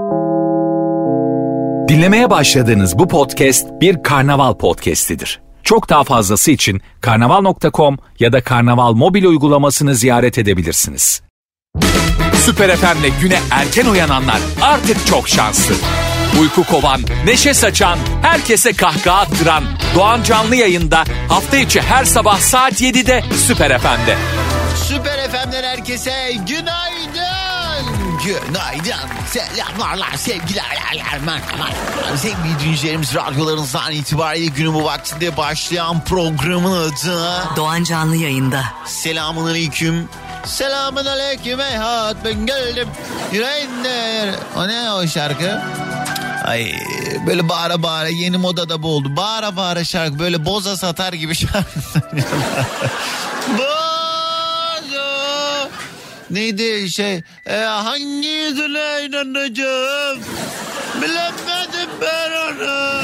Dinlemeye başladığınız bu podcast bir karnaval podcastidir. Çok daha fazlası için karnaval.com ya da karnaval mobil uygulamasını ziyaret edebilirsiniz. Süper FM'le güne erken uyananlar artık çok şanslı. Uyku kovan, neşe saçan, herkese kahkaha attıran Doğan Canlı Yayında hafta içi her sabah saat 7'de Süper FM'de. Süper FM'den herkese günaydın. Günaydın. Selamlar, sevgiler. Sevgili dinleyicilerimiz, radyolarınızdan itibariyle günün bu vaktinde başlayan programın adı Doğan Canlı Yayında. Selamun aleyküm. Selamun aleyküm hayat, ben geldim. Yüreğinde. O ne o şarkı? Ay böyle bağıra bağıra, yeni modada bu oldu. Bağıra bağıra şarkı, böyle boza satar gibi şarkı söylüyorlar. Boza. Neydi hangisine inanacağım? Bilemedim ben onu.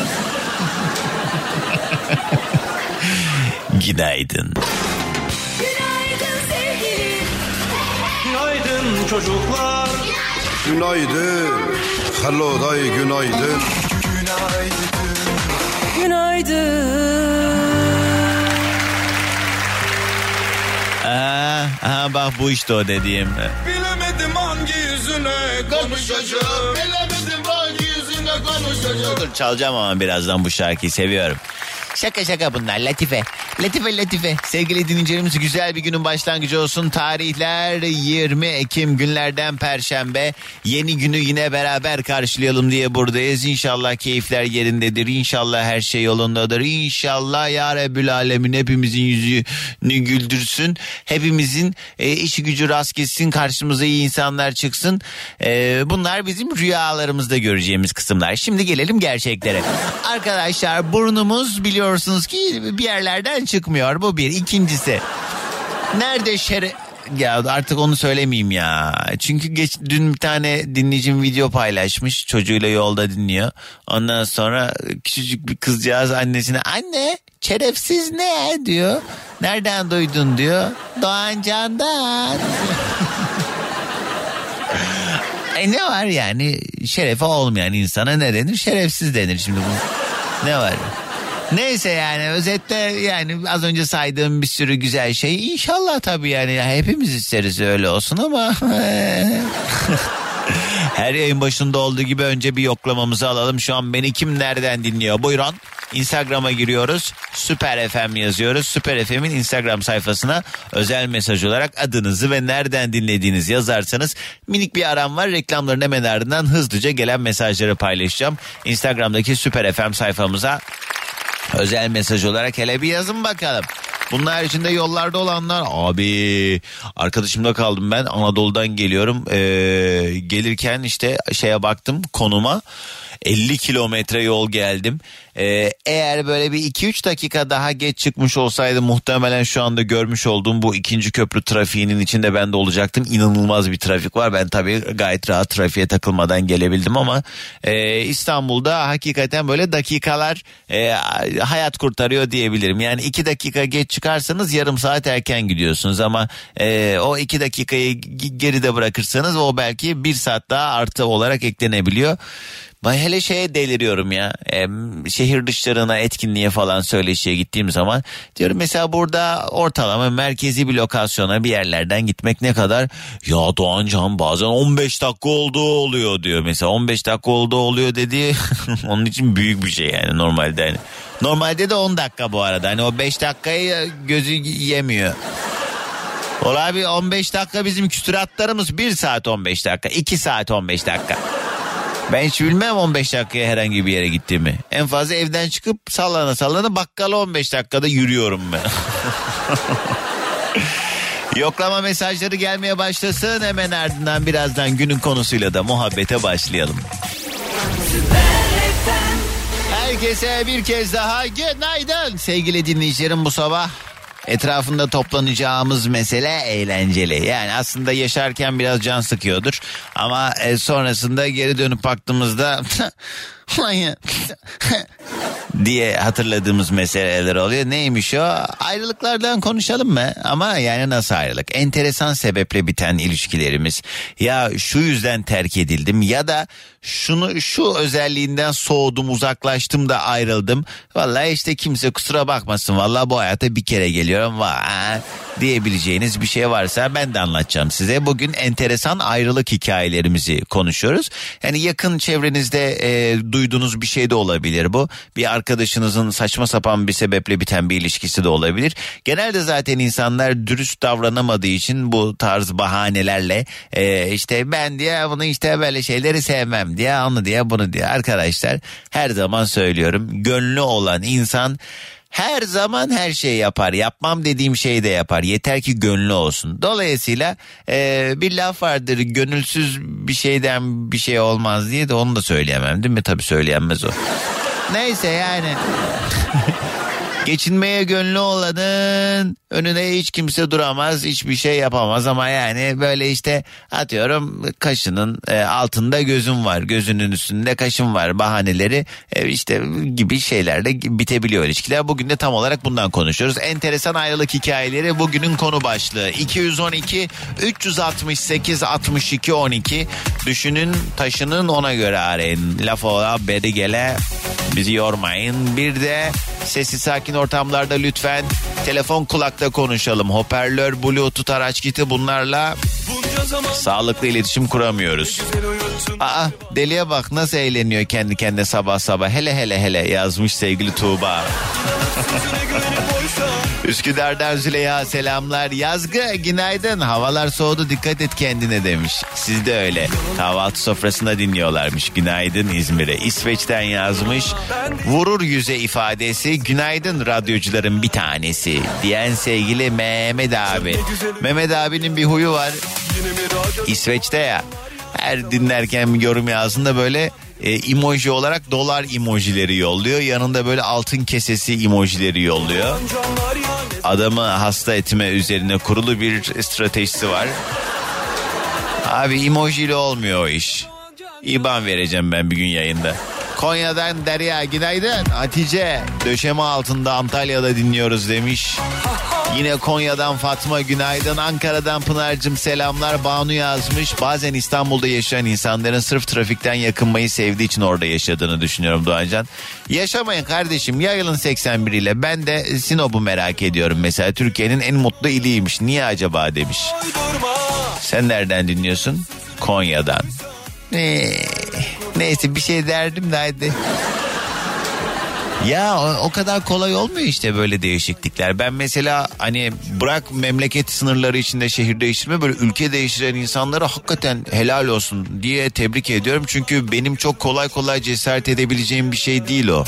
Günaydın. Günaydın sevgili. Günaydın çocuklar. Günaydın. Hello day, günaydın. Günaydın. Bak bu işte o dediğim. Bilemedim hangi yüzüne konuşacağım. Bilemedim hangi yüzüne konuşacağım. Dur, çalacağım ama birazdan bu şarkıyı, seviyorum. Şaka bunlar, latife. Latife. Sevgili dinleyicilerimiz, güzel bir günün başlangıcı olsun. Tarihler 20 Ekim, günlerden Perşembe. Yeni günü yine beraber karşılayalım diye buradayız. İnşallah keyifler yerindedir. İnşallah her şey yolundadır. İnşallah ya Rabbül Alemin hepimizin yüzünü güldürsün. Hepimizin işi gücü rast gitsin. Karşımıza iyi insanlar çıksın. Bunlar bizim rüyalarımızda göreceğimiz kısımlar. Şimdi gelelim gerçeklere. Arkadaşlar, burnumuz biliyorsunuz ki bir yerlerden çıkmıyor. Bu bir. İkincisi, nerede ya artık onu söylemeyeyim ya. Çünkü dün bir tane dinleyicim video paylaşmış. Çocuğuyla yolda dinliyor. Ondan sonra küçücük bir kızcağız annesine, anne şerefsiz ne diyor. Nereden duydun diyor. Doğan Can'dan. Ne var yani, şerefe olmayan insana ne denir? Şerefsiz denir. Şimdi bu ne var? Neyse, yani özetle yani az önce saydığım bir sürü güzel şey. İnşallah tabii yani hepimiz isteriz öyle olsun ama her yayın başında olduğu gibi önce bir yoklamamızı alalım. Şu an beni kim nereden dinliyor? Buyurun. Instagram'a giriyoruz. Süper FM yazıyoruz. Süper FM'in Instagram sayfasına özel mesaj olarak adınızı ve nereden dinlediğinizi yazarsanız minik bir aram var. Reklamların hemen ardından hızlıca gelen mesajları paylaşacağım. Instagram'daki Süper FM sayfamıza özel mesaj olarak hele bir yazın bakalım. Bunlar içinde yollarda olanlar, abi arkadaşımda kaldım ben, Anadolu'dan geliyorum. Gelirken işte baktım konuma, 50 kilometre yol geldim. Eğer böyle bir 2-3 dakika daha geç çıkmış olsaydı muhtemelen şu anda görmüş olduğum bu ikinci köprü trafiğinin içinde ben de olacaktım. İnanılmaz bir trafik var. Ben tabii gayet rahat trafiğe takılmadan gelebildim ama İstanbul'da hakikaten böyle dakikalar hayat kurtarıyor diyebilirim. Yani 2 dakika geç çıkarsanız yarım saat erken gidiyorsunuz ama o 2 dakikayı geride bırakırsanız o belki 1 saat daha artı olarak eklenebiliyor. Ben hele deliriyorum ya, şehir dışlarına etkinliğe falan söyleşiye gittiğim zaman diyorum mesela burada ortalama merkezi bir lokasyona bir yerlerden gitmek ne kadar? Ya Doğancan bazen 15 dakika olduğu oluyor diyor mesela. 15 dakika olduğu oluyor dediği onun için büyük bir şey yani normalde. Yani. Normalde de 10 dakika bu arada, hani o 5 dakikayı gözü yemiyor. Ola abi 15 dakika bizim küsuratlarımız, 1 saat 15 dakika, 2 saat 15 dakika. Ben hiç bilmem 15 dakikaya herhangi bir yere gittiğimi. En fazla evden çıkıp sallana bakkala 15 dakikada yürüyorum ben. Yoklama mesajları gelmeye başlasın, hemen ardından birazdan günün konusuyla da muhabbete başlayalım. Herkese bir kez daha günaydın sevgili dinleyicilerim. Bu sabah etrafında toplanacağımız mesele eğlenceli. Yani aslında yaşarken biraz can sıkıyordur. Ama sonrasında geri dönüp baktığımızda diye hatırladığımız meseleler oluyor. Neymiş o? Ayrılıklardan konuşalım mı? Ama yani nasıl ayrılık? Enteresan sebeple biten ilişkilerimiz. Ya şu yüzden terk edildim ya da şu özelliğinden soğudum, uzaklaştım da ayrıldım. Vallahi işte kimse kusura bakmasın. Vallahi bu hayata bir kere geliyorum. Diyebileceğiniz bir şey varsa ben de anlatacağım size. Bugün enteresan ayrılık hikayelerimizi konuşuyoruz. Yani yakın çevrenizde duyduğunuz bir şey de olabilir bu. Bir arkadaşınızın saçma sapan bir sebeple biten bir ilişkisi de olabilir. Genelde zaten insanlar dürüst davranamadığı için bu tarz bahanelerle işte ben diye bunu işte böyle şeyleri sevmem diye onu diye bunu diye. Arkadaşlar her zaman söylüyorum, gönlü olan insan her zaman her şeyi yapar. Yapmam dediğim şeyi de yapar. Yeter ki gönlü olsun. Dolayısıyla bir laf vardır, gönülsüz bir şeyden bir şey olmaz diye, de onu da söyleyemem değil mi? Tabii söyleyemez o. Neyse yani. Geçinmeye gönlü olanın önüne hiç kimse duramaz, hiçbir şey yapamaz ama yani böyle işte atıyorum kaşının altında gözüm var, gözünün üstünde kaşım var bahaneleri işte gibi şeylerle bitebiliyor ilişkiler. Bugün de tam olarak bundan konuşuyoruz. Enteresan ayrılık hikayeleri bugünün konu başlığı. 212 368 62 12 düşünün, taşının, ona göre arayın. Laf ola beri gele, bizi yormayın. Bir de sessiz sakin ortamlarda lütfen telefon kulakta konuşalım. Hoparlör, bluetooth, araç kiti, bunlarla sağlıklı iletişim kuramıyoruz. Deliye bak nasıl eğleniyor kendi kendine sabah sabah. Hele yazmış sevgili Tuğba. Üsküdar'dan Züleyha selamlar. Yazgı günaydın, havalar soğudu, dikkat et kendine demiş. Siz de öyle. Kahvaltı sofrasında dinliyorlarmış. Günaydın İzmir'e. İsveç'ten yazmış. Vurur yüze ifadesi, günaydın radyocuların bir tanesi diyen sevgili Mehmet abi. Mehmet abinin bir huyu var. İsveç'te ya, her dinlerken bir yorum yazsın böyle emoji olarak dolar emojileri yolluyor. Yanında böyle altın kesesi emojileri yolluyor. Adamı hasta etme üzerine kurulu bir stratejisi var. Abi emojiyle olmuyor o iş. İban vereceğim ben bir gün yayında. Konya'dan Derya günaydın. Hatice döşeme altında Antalya'da dinliyoruz demiş. Yine Konya'dan Fatma günaydın. Ankara'dan Pınar'cığım selamlar. Banu yazmış. Bazen İstanbul'da yaşayan insanların sırf trafikten yakınmayı sevdiği için orada yaşadığını düşünüyorum Doğancan. Yaşamayın kardeşim, yayılın 81 ile. Ben de Sinop'u merak ediyorum mesela. Türkiye'nin en mutlu iliymiş. Niye acaba demiş. Sen nereden dinliyorsun? Konya'dan. Neyse bir şey derdim de hadi. Ya o kadar kolay olmuyor işte böyle değişiklikler. Ben mesela hani bırak memleket sınırları içinde şehir değiştirme, böyle ülke değiştiren insanlara hakikaten helal olsun diye tebrik ediyorum. Çünkü benim çok kolay cesaret edebileceğim bir şey değil o.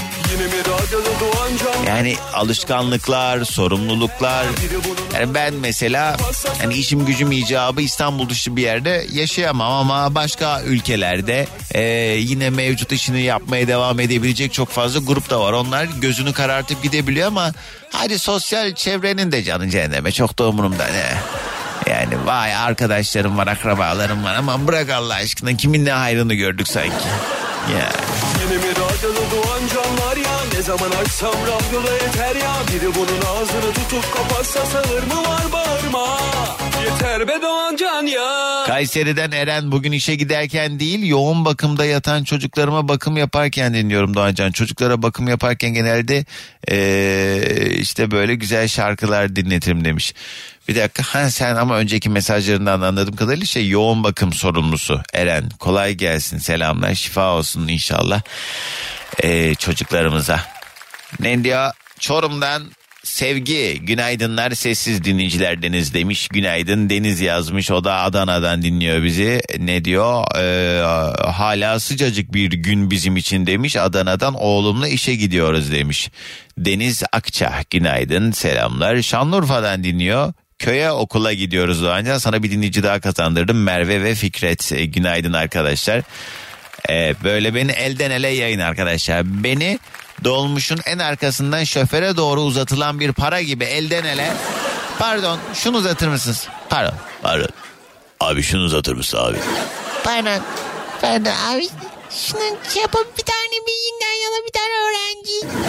Yani alışkanlıklar, sorumluluklar. Yani ben mesela hani işim gücüm icabı İstanbul dışı bir yerde yaşayamam ama başka ülkelerde yine mevcut işini yapmaya devam edebilecek çok fazla grup da var. Onlar gözünü karartıp gidebiliyor ama hadi sosyal çevrenin de canı cehenneme, çok da umurumda ne. Yani vay arkadaşlarım var, akrabalarım var, ama bırak Allah aşkına, kimin ne hayrını gördük sanki. Ya. Yine mi radyoda doğan canlar ya, ne zaman açsam radyoda yeter ya. Biri bunun ağzını tutup kapatsa sağır mı var bağırma. Yeter be Doğan Can ya. Kayseri'den Eren, bugün işe giderken değil yoğun bakımda yatan çocuklarıma bakım yaparken dinliyorum Doğan Can. Çocuklara bakım yaparken genelde işte böyle güzel şarkılar dinletirim demiş. Bir dakika, sen ama önceki mesajlarından anladığım kadarıyla yoğun bakım sorumlusu Eren. Kolay gelsin, selamlar, şifa olsun inşallah çocuklarımıza. Ne diyor? Çorum'dan Sevgi, günaydınlar sessiz dinleyicilerdeniz demiş. Günaydın. Deniz yazmış, o da Adana'dan dinliyor bizi. Ne diyor? Hala sıcacık bir gün bizim için demiş. Adana'dan oğlumla işe gidiyoruz demiş. Deniz Akça, günaydın, selamlar. Şanlıurfa'dan dinliyor. Köye okula gidiyoruz Doğancan. Sana bir dinleyici daha kazandırdım. Merve ve Fikret. Günaydın arkadaşlar. Böyle beni elden ele yayın arkadaşlar. Beni dolmuşun en arkasından şoföre doğru uzatılan bir para gibi elden ele. Pardon, şunu uzatır mısınız? Pardon. Abi şunu uzatır mısın abi? Pardon abi. Şunun şey yapalım, bir tane beyinden yana bir tane öğrenci.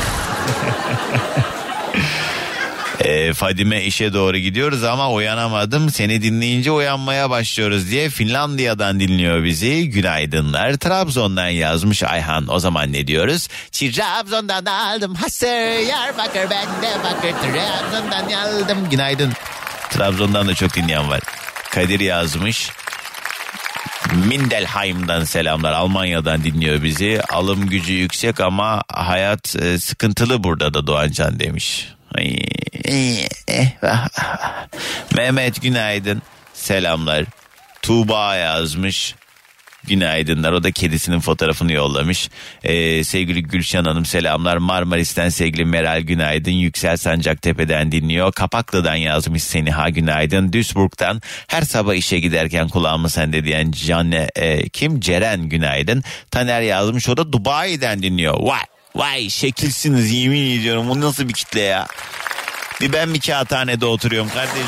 Fadime işe doğru gidiyoruz ama uyanamadım. Seni dinleyince uyanmaya başlıyoruz diye Finlandiya'dan dinliyor bizi. Günaydınlar. Trabzon'dan yazmış Ayhan. O zaman ne diyoruz? Trabzon'dan aldım hasır yar bakır bende bakır Trabzon'dan aldım. Günaydın. Trabzon'dan da çok dinleyen var. Kadir yazmış. Mindelheim'dan selamlar. Almanya'dan dinliyor bizi. Alım gücü yüksek ama hayat sıkıntılı burada da Doğancan demiş. Mehmet günaydın. Selamlar. Tuğba yazmış. Günaydınlar. O da kedisinin fotoğrafını yollamış. Sevgili Gülşen Hanım selamlar. Marmaris'ten sevgili Meral günaydın. Yüksel Sancaktepe'den dinliyor. Kapaklı'dan yazmış Seniha günaydın. Duisburg'dan her sabah işe giderken kulağımı sende diyen Ceren günaydın. Taner yazmış, o da Dubai'den dinliyor. Vay şekilsiniz yemin ediyorum. Bu nasıl bir kitle ya? Bir ben mi kağıthanede oturuyorum kardeşim?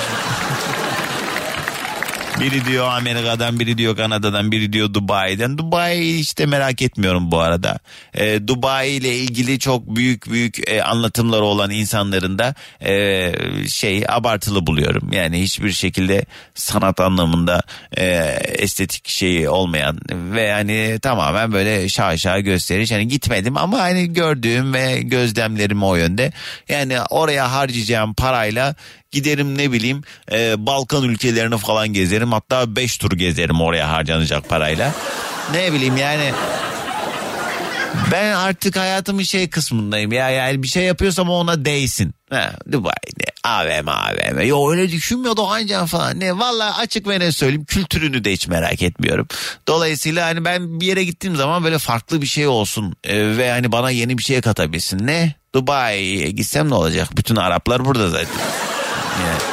Biri diyor Amerika'dan, biri diyor Kanada'dan, biri diyor Dubai'den. Dubai'yi işte merak etmiyorum bu arada. Dubai ile ilgili çok büyük anlatımları olan insanların da abartılı buluyorum. Yani hiçbir şekilde sanat anlamında estetik şeyi olmayan ve yani tamamen böyle şaşa gösteriş. Yani gitmedim ama hani gördüğüm ve gözlemlerim o yönde. Yani oraya harcayacağım parayla giderim ne bileyim Balkan ülkelerini falan gezerim. Hatta 5 tur gezerim oraya harcanacak parayla. Ne bileyim yani ben artık hayatımın kısmındayım. Yani bir şey yapıyorsam ona değsin. Dubai'de AVM. Yo öyle düşünmüyor Doğancan falan. Ne vallahi açık ve ne söyleyeyim, kültürünü de hiç merak etmiyorum. Dolayısıyla hani ben bir yere gittiğim zaman böyle farklı bir şey olsun ve hani bana yeni bir şey katabilsin. Ne? Dubai'ye gitsem ne olacak? Bütün Araplar burada zaten. Yani.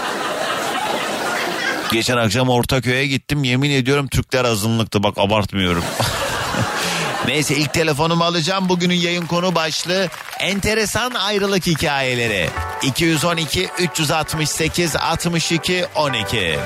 Geçen akşam Ortaköy'e gittim, yemin ediyorum Türkler azınlıktı, bak abartmıyorum. Neyse ilk telefonumu alacağım. Bugünün yayın konu başlığı enteresan ayrılık hikayeleri. 212 368 62 12.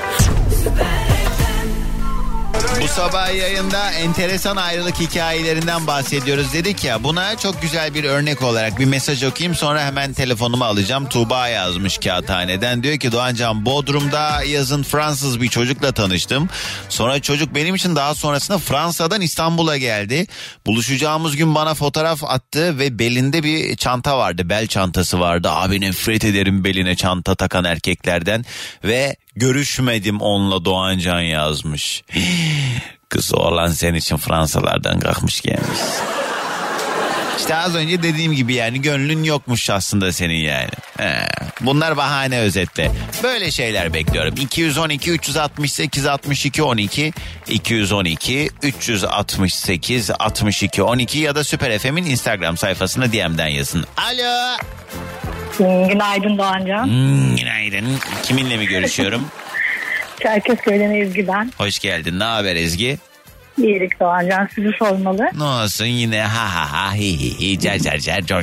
Bu sabah yayında enteresan ayrılık hikayelerinden bahsediyoruz dedik ya. Buna çok güzel bir örnek olarak bir mesaj okuyayım, sonra hemen telefonumu alacağım. Tuğba yazmış kağıthaneden. Diyor ki Doğancan, Bodrum'da yazın Fransız bir çocukla tanıştım. Sonra çocuk benim için daha sonrasında Fransa'dan İstanbul'a geldi. Buluşacağımız gün bana fotoğraf attı ve belinde bir çanta vardı. Bel çantası vardı. Abi nefret ederim beline çanta takan erkeklerden ve görüşmedim onunla Doğancan yazmış. Kız olan senin için Fransalardan kalkmış gelmiş. İşte az önce dediğim gibi yani gönlün yokmuş aslında senin yani. Bunlar bahane özetle. Böyle şeyler bekliyorum. 212 368 62 12 212 368 62 12 ya da Süper FM'in Instagram sayfasına DM'den yazın. Alo. Günaydın Doğancan. Günaydın. Kiminle mi görüşüyorum? Çerkezköy'den Ezgi ben. Hoş geldin. Ne haber Ezgi? İyilik Doğancan, sizi sormalı. Ne olsun yine ha hi cer cer.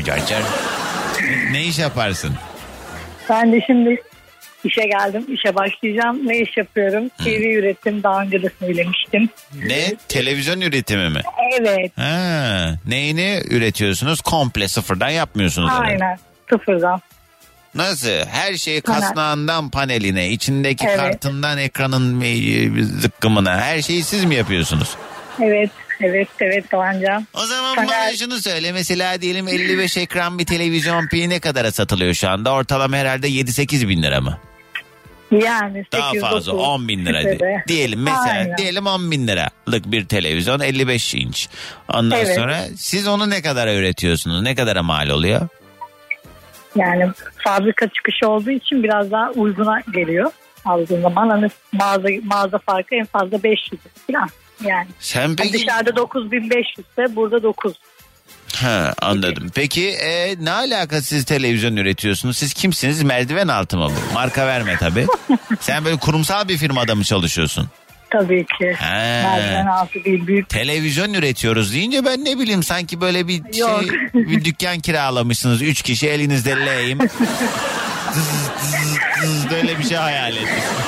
Ne iş yaparsın? Ben de şimdi işe geldim. İşe başlayacağım. Ne iş yapıyorum? TV üretim, daha önce de söylemiştim. Ne? Televizyon üretimi mi? Evet. Neyini üretiyorsunuz? Komple sıfırdan yapmıyorsunuz. Aynen. Sıfırdan. Nasıl? Her şeyi kasnağından paneline, içindeki kartından ekranın zıkkımına, her şeyi siz mi yapıyorsunuz? Evet Doğancan. O zaman bana şunu söyle. Mesela diyelim 55 ekran bir televizyon piyi ne kadara satılıyor şu anda? Ortalama herhalde 7-8 bin lira mı? Yani 8, daha fazla 10 bin lira diyelim mesela. Aynen. Diyelim 10 bin liralık bir televizyon 55 inç. Ondan sonra siz onu ne kadara üretiyorsunuz? Ne kadara mal oluyor? Yani fabrika çıkışı olduğu için biraz daha uyguna geliyor aldığın zaman. Hani mağaza farkı en fazla 500 falan yani. Sen peki... Dışarıda 9500 ise burada 9. Anladım. Peki ne alaka siz televizyon üretiyorsunuz? Siz kimsiniz? Merdiven altı mı bu? Marka verme tabii. Sen böyle kurumsal bir firmada mı çalışıyorsun? Tabii ki. Merdiven altı değil, büyük. Televizyon üretiyoruz deyince ben ne bileyim sanki böyle bir bir dükkan kiralamışsınız. 3 kişi elinizde lehim. Böyle bir şey hayal ettim.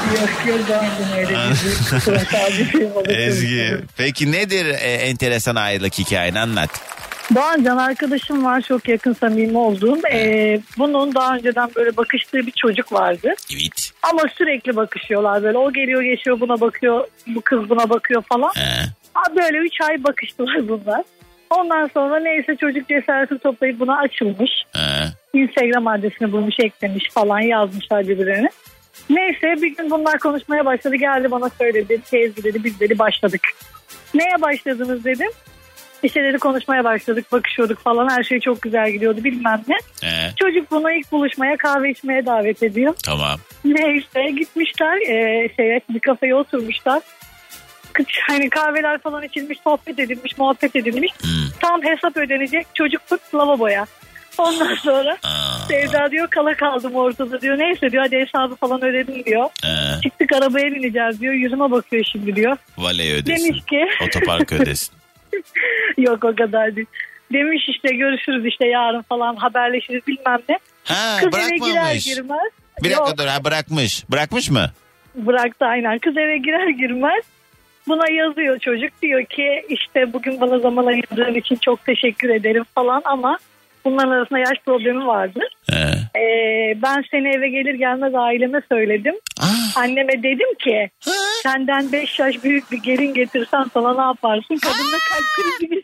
Yok daha öyle bir şey. Ezgi. Peki nedir enteresan ayrılık hikayeni anlat. Doğancan arkadaşım var, çok yakın samimi olduğum. Bunun daha önceden böyle bakıştığı bir çocuk vardı. Evet. Ama sürekli bakışıyorlar böyle. O geliyor geçiyor, buna bakıyor, bu kız buna bakıyor falan. Böyle 3 ay bakıştılar bunlar. Ondan sonra neyse çocuk cesaretini toplayıp buna açılmış. Instagram adresini bulmuş, eklemiş falan, yazmışlar birbirlerine. Neyse bir gün bunlar konuşmaya başladı, geldi bana söyledi. Ezgi dedi, biz dedi başladık. Neye başladınız dedim. İşte dedi konuşmaya başladık, bakışıyorduk falan, her şey çok güzel gidiyordu bilmem ne. Çocuk bunu ilk buluşmaya, kahve içmeye davet ediyor. Tamam. Neyse gitmişler bir kafeye oturmuşlar. Hani kahveler falan içilmiş, sohbet edilmiş, muhabbet edilmiş. Tam hesap ödenecek, çocuk fırt lavaboya. Ondan sonra Sevda diyor kala kaldım ortada diyor. Neyse diyor hadi hesabı falan ödedim diyor. Çıktık arabaya bineceğiz diyor. Yüzüme bakıyor şimdi diyor. Valeyi ödesin. Demiş ki. Otopark ödesin. Yok o kadar değil. Demiş işte görüşürüz işte yarın falan haberleşiriz bilmem ne. Kız eve girer girmez. Bir dakika dur bırakmış. Bırakmış mı? Bıraktı aynen. Kız eve girer girmez. Buna yazıyor çocuk, diyor ki işte bugün bana zaman ayırdığın için çok teşekkür ederim falan ama bunların arasında yaş problemi vardı. Ben seni eve gelir gelmez aileme söyledim. Anneme dedim ki senden 5 yaş büyük bir gelin getirsen sana ne yaparsın? Kadınla kalp krizi.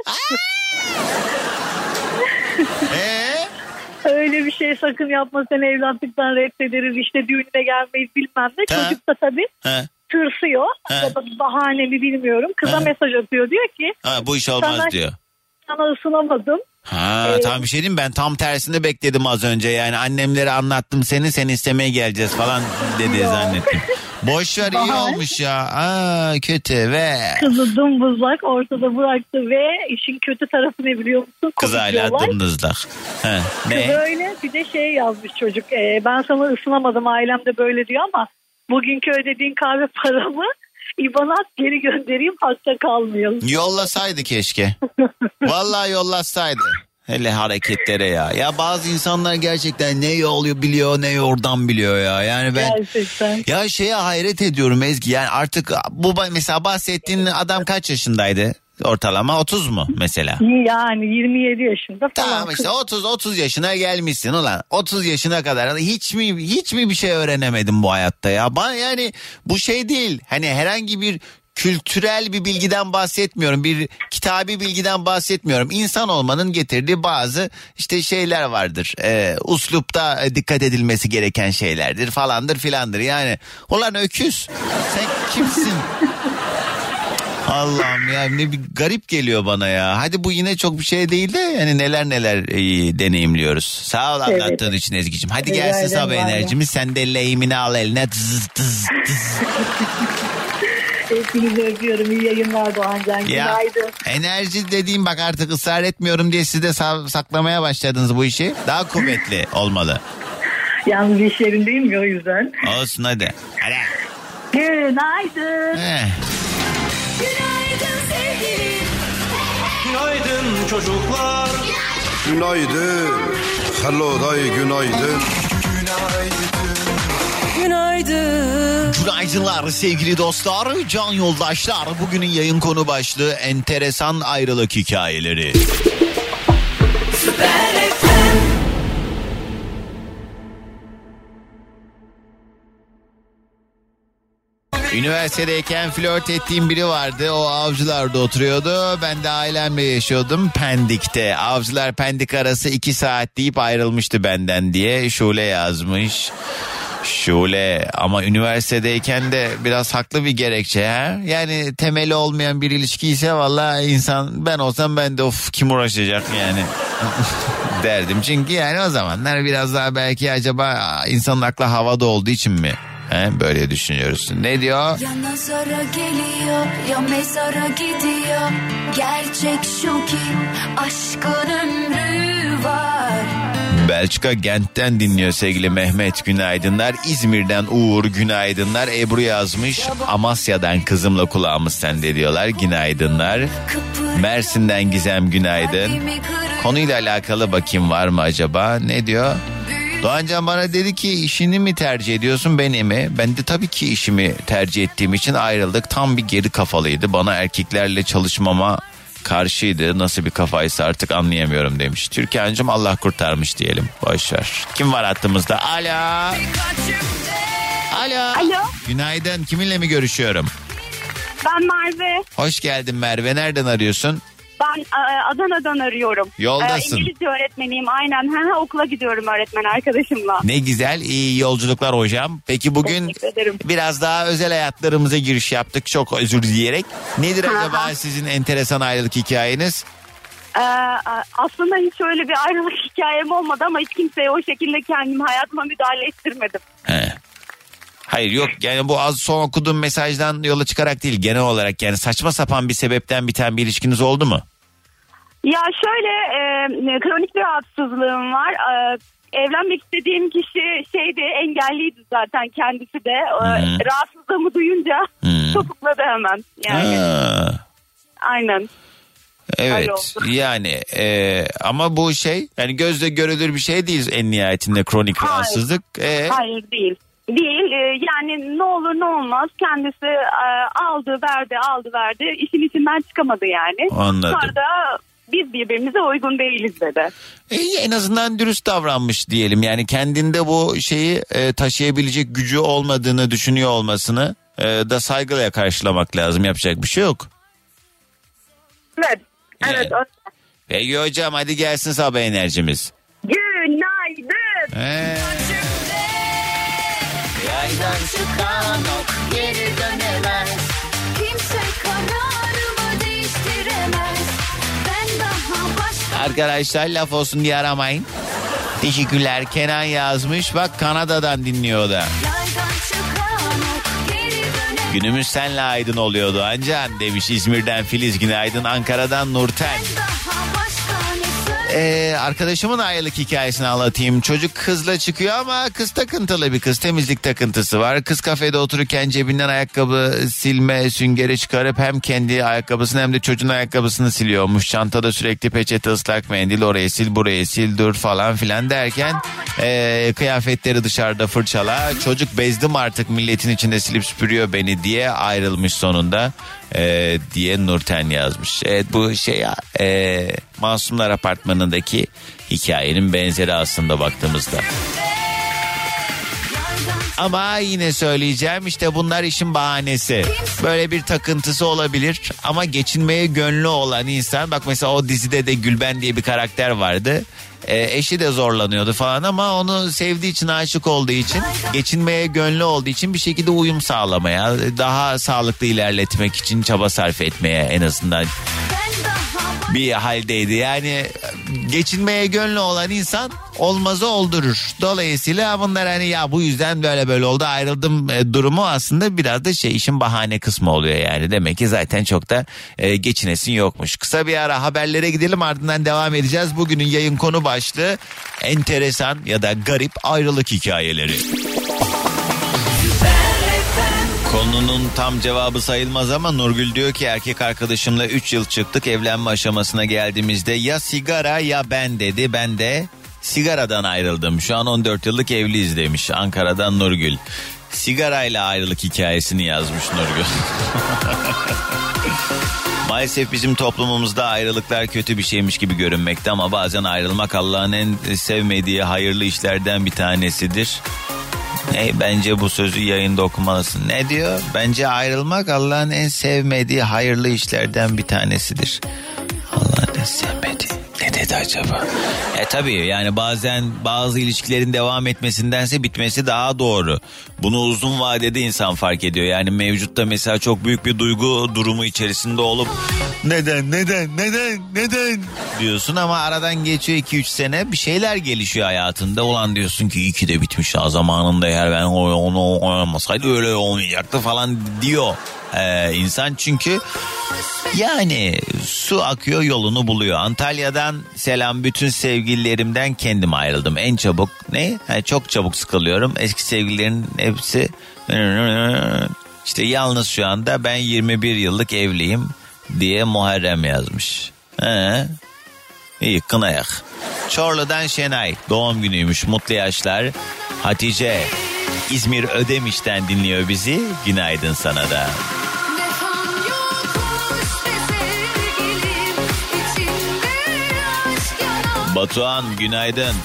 Öyle bir şey sakın yapma, seni evlatlıktan reddederiz işte düğününe gelmeyiz bilmem ne. Çocuk da tabii tırsıyor ya da bahane mi bilmiyorum. Kıza mesaj atıyor, diyor ki bu iş olmaz diyor. Sana ısınamadım. Tamam bir şey diyeyim, ben tam tersini bekledim az önce, yani annemlere anlattım seni istemeye geleceğiz falan dedi zannettim. Boşver iyi olmuş ya. Kötü ve kızı dımdızlak ortada bıraktı ve işin kötü tarafı ne biliyor musun? Kız hala dımdızlak. Ne? Böyle bir de şey yazmış çocuk. Ben sana ısınamadım, ailem de böyle diyor ama bugünkü ödediğin kahve paramı İBAN'at geri göndereyim, hatta kalmayalım. Yollasaydı keşke. Vallahi yollasaydı. Hele hareketlere ya. Ya bazı insanlar gerçekten ne yol biliyor ne yordan biliyor ya. Yani ben gerçekten. Ya şeye hayret ediyorum Ezgi. Yani artık bu mesela bahsettiğin adam kaç yaşındaydı? Ortalama 30 mu mesela? Yani 27 yaşında falan. Tamam işte 30 yaşına gelmişsin ulan. 30 yaşına kadar hiç mi bir şey öğrenemedin bu hayatta ya? Yani bu şey değil. Hani herhangi bir kültürel bir bilgiden bahsetmiyorum. Bir kitabi bilgiden bahsetmiyorum. İnsan olmanın getirdiği bazı işte şeyler vardır. Uslupta dikkat edilmesi gereken şeylerdir falandır filandır. Yani ulan öküz. Sen kimsin? Allah'ım ya, ne bir garip geliyor bana ya. Hadi bu yine çok bir şey değil de yani neler deneyimliyoruz. Sağ ol anlattığın için Ezgi'cim. Hadi gelsin sabah enerjimiz. Sen de lehimini al eline. Tız. Hepinizi öpüyorum. İyi yayınlar Doğancan. Günaydın. Enerji dediğim bak artık ısrar etmiyorum diye siz de saklamaya başladınız bu işi. Daha kuvvetli olmalı. Yalnız iş yerindeyim ya o yüzden. Olsun hadi. Günaydın. Günaydın sevgilim. Günaydın çocuklar. Günaydın. Hello day günaydın. Günaydın. Günaydınlar sevgili dostlar, can yoldaşlar. Bugünün yayın konu başlığı enteresan ayrılık hikayeleri. Süper FM. Üniversitedeyken flört ettiğim biri vardı. O Avcılar'da oturuyordu. Ben de ailemle yaşıyordum Pendik'te. Avcılar Pendik arası 2 saat deyip ayrılmıştı benden diye Şule yazmış. Şule ama üniversitedeyken de biraz haklı bir gerekçe ha. Yani temeli olmayan bir ilişki ise vallahi insan, ben olsam ben de kim uğraşacak yani derdim. Çünkü yani o zamanlar biraz daha belki acaba insanın aklı havada olduğu için mi? Böyle düşünüyoruz. Ne diyor? Ya nazara geliyor ya mezara gidiyor. Gerçek şu ki aşkın ömrü var. Belçika Gent'ten dinliyor sevgili Mehmet, günaydınlar. İzmir'den Uğur günaydınlar. Ebru yazmış, Amasya'dan kızımla kulağımız sende diyorlar, günaydınlar. Mersin'den Gizem günaydın. Konuyla alakalı bakayım var mı acaba, ne diyor? Doğancan bana dedi ki işini mi tercih ediyorsun beni mi? Ben de tabii ki işimi tercih ettiğim için ayrıldık. Tam bir geri kafalıydı. Bana erkeklerle çalışmama karşıydı. Nasıl bir kafaysa artık anlayamıyorum demiş. Türkan'cığım Allah kurtarmış diyelim. Boşver. Kim var hattımızda? Alo. Alo. Günaydın. Kiminle mi görüşüyorum? Ben Merve. Hoş geldin Merve. Nereden arıyorsun? Ben Adana'dan arıyorum. Yoldasın. İngilizce öğretmeniyim aynen. Okula gidiyorum öğretmen arkadaşımla. Ne güzel, iyi yolculuklar hocam. Peki bugün biraz daha özel hayatlarımıza giriş yaptık. Çok özür dileyerek. Nedir acaba sizin enteresan ayrılık hikayeniz? Aslında hiç öyle bir ayrılık hikayem olmadı ama hiç kimseye o şekilde kendimi hayatıma müdahale ettirmedim. Hayır yok yani bu az son okuduğum mesajdan yola çıkarak değil, genel olarak yani saçma sapan bir sebepten biten bir ilişkiniz oldu mu? Ya şöyle kronik bir rahatsızlığım var. Evlenmek istediğim kişi engelliydi zaten kendisi de. Rahatsızlığımı duyunca topukladı hemen. Yani. Aynen. Evet yani ama bu yani gözle görülür bir şey değil en nihayetinde kronik rahatsızlık. Hayır değil. Değil yani ne olur ne olmaz kendisi aldı verdi işin içinden çıkamadı yani. Anladım. Sonra da biz birbirimize uygun değiliz dedi. En azından dürüst davranmış diyelim yani kendinde bu şeyi taşıyabilecek gücü olmadığını düşünüyor olmasını da saygıyla karşılamak lazım, yapacak bir şey yok. Evet öyle. Peki hocam hadi gelsin sabah enerjimiz. Günaydın. Yaydan çıkan ok geri dönemez. Kimse kararımı değiştiremez. Ben daha başka... Arkadaşlar laf olsun diye aramayın. Teşekkürler. Kenan yazmış. Bak Kanada'dan dinliyor da. Yaydan çıkan ok geri dönemez. Günümüz senle aydın oluyordu Ancan demiş. İzmir'den Filiz günaydın. Ankara'dan Nurten. Arkadaşımın ayrılık hikayesini anlatayım. Çocuk kızla çıkıyor ama kız takıntılı bir kız. Temizlik takıntısı var. Kız kafede otururken cebinden ayakkabı silme süngeri çıkarıp hem kendi ayakkabısını hem de çocuğun ayakkabısını siliyormuş. Çantada sürekli peçete, ıslak mendil, oraya sil buraya sil dur falan filan derken kıyafetleri dışarıda fırçala. Çocuk bezdim artık milletin içinde silip süpürüyor beni diye ayrılmış sonunda. Diye Nurten yazmış. Evet bu Masumlar Apartmanı'ndaki hikayenin benzeri aslında baktığımızda. Ama yine söyleyeceğim işte bunlar işin bahanesi. Böyle bir takıntısı olabilir ama geçinmeye gönlü olan insan, bak mesela o dizide de Gülben diye bir karakter vardı. Eşi de zorlanıyordu falan ama onu sevdiği için, aşık olduğu için, geçinmeye gönlü olduğu için bir şekilde uyum sağlamaya, daha sağlıklı ilerletmek için çaba sarf etmeye en azından bir haldeydi. Yani geçinmeye gönlü olan insan olmazı oldurur. Dolayısıyla bunlar hani ya bu yüzden böyle oldu ayrıldım durumu aslında biraz da işin bahane kısmı oluyor yani. Demek ki zaten çok da geçinesin yokmuş. Kısa bir ara haberlere gidelim, ardından devam edeceğiz. Bugünün yayın konu başlığı enteresan ya da garip ayrılık hikayeleri. Konunun tam cevabı sayılmaz ama Nurgül diyor ki erkek arkadaşımla 3 yıl çıktık, evlenme aşamasına geldiğimizde ya sigara ya ben dedi. Ben de sigaradan ayrıldım. Şu an 14 yıllık evliyiz demiş Ankara'dan Nurgül. Sigarayla ayrılık hikayesini yazmış Nurgül. Maalesef bizim toplumumuzda ayrılıklar kötü bir şeymiş gibi görünmekte ama bazen ayrılmak Allah'ın en sevmediği hayırlı işlerden bir tanesidir. Bence bu sözü yayında okumalısın. Ne diyor? Bence ayrılmak Allah'ın en sevmediği hayırlı işlerden bir tanesidir. Allah'ın en sevmediği. Ne dedi acaba? Tabii yani bazen bazı ilişkilerin devam etmesindense bitmesi daha doğru. Bunu uzun vadede insan fark ediyor. Yani mevcutta mesela çok büyük bir duygu durumu içerisinde olup neden diyorsun ama aradan geçiyor 2-3 sene bir şeyler gelişiyor hayatında. Ulan diyorsun ki iyi ki de bitmiş ya, zamanında eğer ben onu oynamasaydı öyle olmayacaktı falan diyor insan. Çünkü yani su akıyor yolunu buluyor. Antalya'dan selam bütün sevgililerimden kendim ayrıldım. En çabuk çok çabuk sıkılıyorum. Eski sevgililerin hepsi işte yalnız şu anda ben 21 yıllık evliyim diye Muharrem yazmış. İyi kınayak. Çorlu'dan Şenay doğum günüymüş, mutlu yaşlar. Hatice İzmir Ödemiş'ten dinliyor bizi. Günaydın sana da. Batuhan günaydın.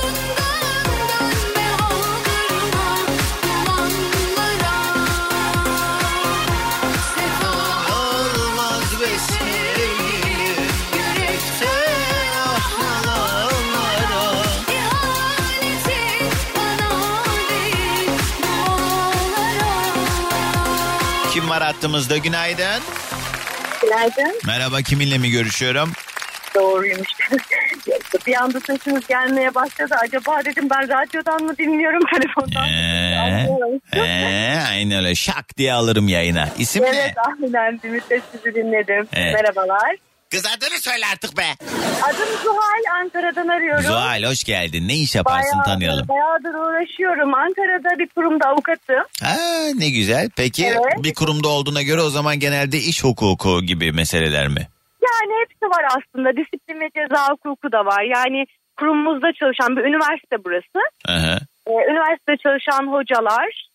Kim var hattımızda? Günaydın. Günaydın. Merhaba, kiminle mi görüşüyorum? Doğruymuş. Bir anda sesiniz gelmeye başladı. Acaba dedim ben radyodan mı dinliyorum, telefondan mı? Aynen öyle. Şak diye alırım yayına. İsim ne? Evet, aynen. Bir müddet sizi dinledim. Merhabalar. Kız adını söyle artık be. Adım Zuhal, Ankara'dan arıyorum. Zuhal hoş geldin. Ne iş yaparsın, tanıyalım. Bayağıdır uğraşıyorum. Ankara'da bir kurumda avukatım. Ne güzel. Peki evet. Bir kurumda olduğuna göre o zaman genelde iş hukuku gibi meseleler mi? Yani hepsi var aslında. Disiplin ve ceza hukuku da var. Yani kurumumuzda çalışan bir üniversite burası. Aha. Üniversitede çalışan hocalar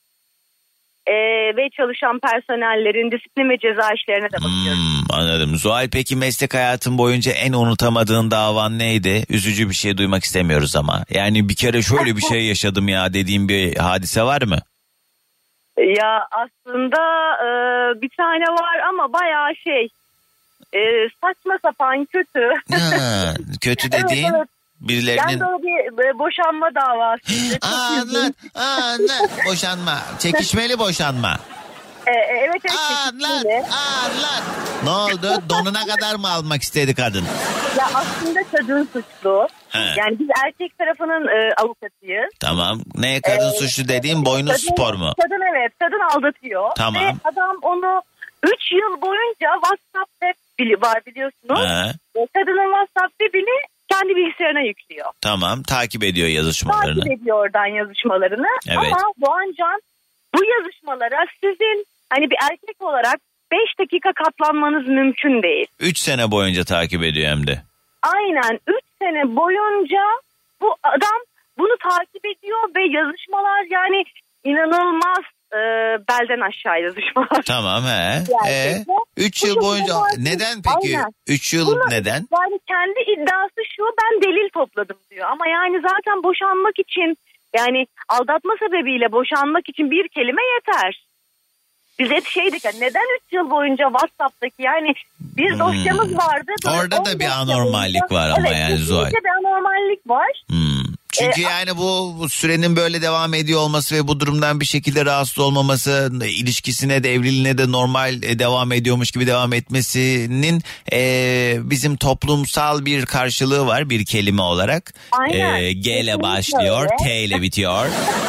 ve çalışan personellerin disiplin ve ceza işlerine de bakıyorum. Anladım. Zuhal, peki meslek hayatın boyunca en unutamadığın davan neydi? Üzücü bir şey duymak istemiyoruz ama. Yani bir kere şöyle bir şey yaşadım ya dediğim bir hadise var mı? Ya aslında bir tane var ama bayağı saçma sapan, kötü. Kötü dediğin? Evet. Birilerinin... Yani böyle bir boşanma davası. Anlat. Boşanma. Çekişmeli boşanma. Evet. Anlat. Ne oldu? Donuna kadar mı almak istedi kadın? Ya aslında kadın suçlu. He. Yani biz erkek tarafının avukatıyız. Tamam. Ne kadın suçlu dediğin boynuz spor mu? Kadın aldatıyor. Tamam. Ve adam onu 3 yıl boyunca WhatsApp web var biliyorsunuz. Kadının WhatsApp webini kendi bilgisayarına yüklüyor. Tamam, takip ediyor yazışmalarını. Takip ediyor oradan yazışmalarını. Evet. Ama Doğancan bu yazışmalara sizin hani bir erkek olarak 5 dakika katlanmanız mümkün değil. 3 sene boyunca takip ediyor hem de. Aynen 3 sene boyunca bu adam bunu takip ediyor ve yazışmalar yani inanılmaz belden aşağı yazışmalar. Tamam 3 yıl boyunca neden peki? 3 yıl bunu, neden? Yani kendi iddiası şu, ben delil topladım diyor. Ama yani zaten boşanmak için, yani aldatma sebebiyle boşanmak için bir kelime yeter. Biz hep şeydik, neden 3 yıl boyunca WhatsApp'taki yani bir dosyamız vardı. Orada da bir anormallik var ama yani Zuhal. Evet, bir anormallik var. Çünkü yani bu sürenin böyle devam ediyor olması ve bu durumdan bir şekilde rahatsız olmaması, ilişkisine de evliliğine de normal devam ediyormuş gibi devam etmesinin bizim toplumsal bir karşılığı var bir kelime olarak. G ile başlıyor, T ile bitiyor.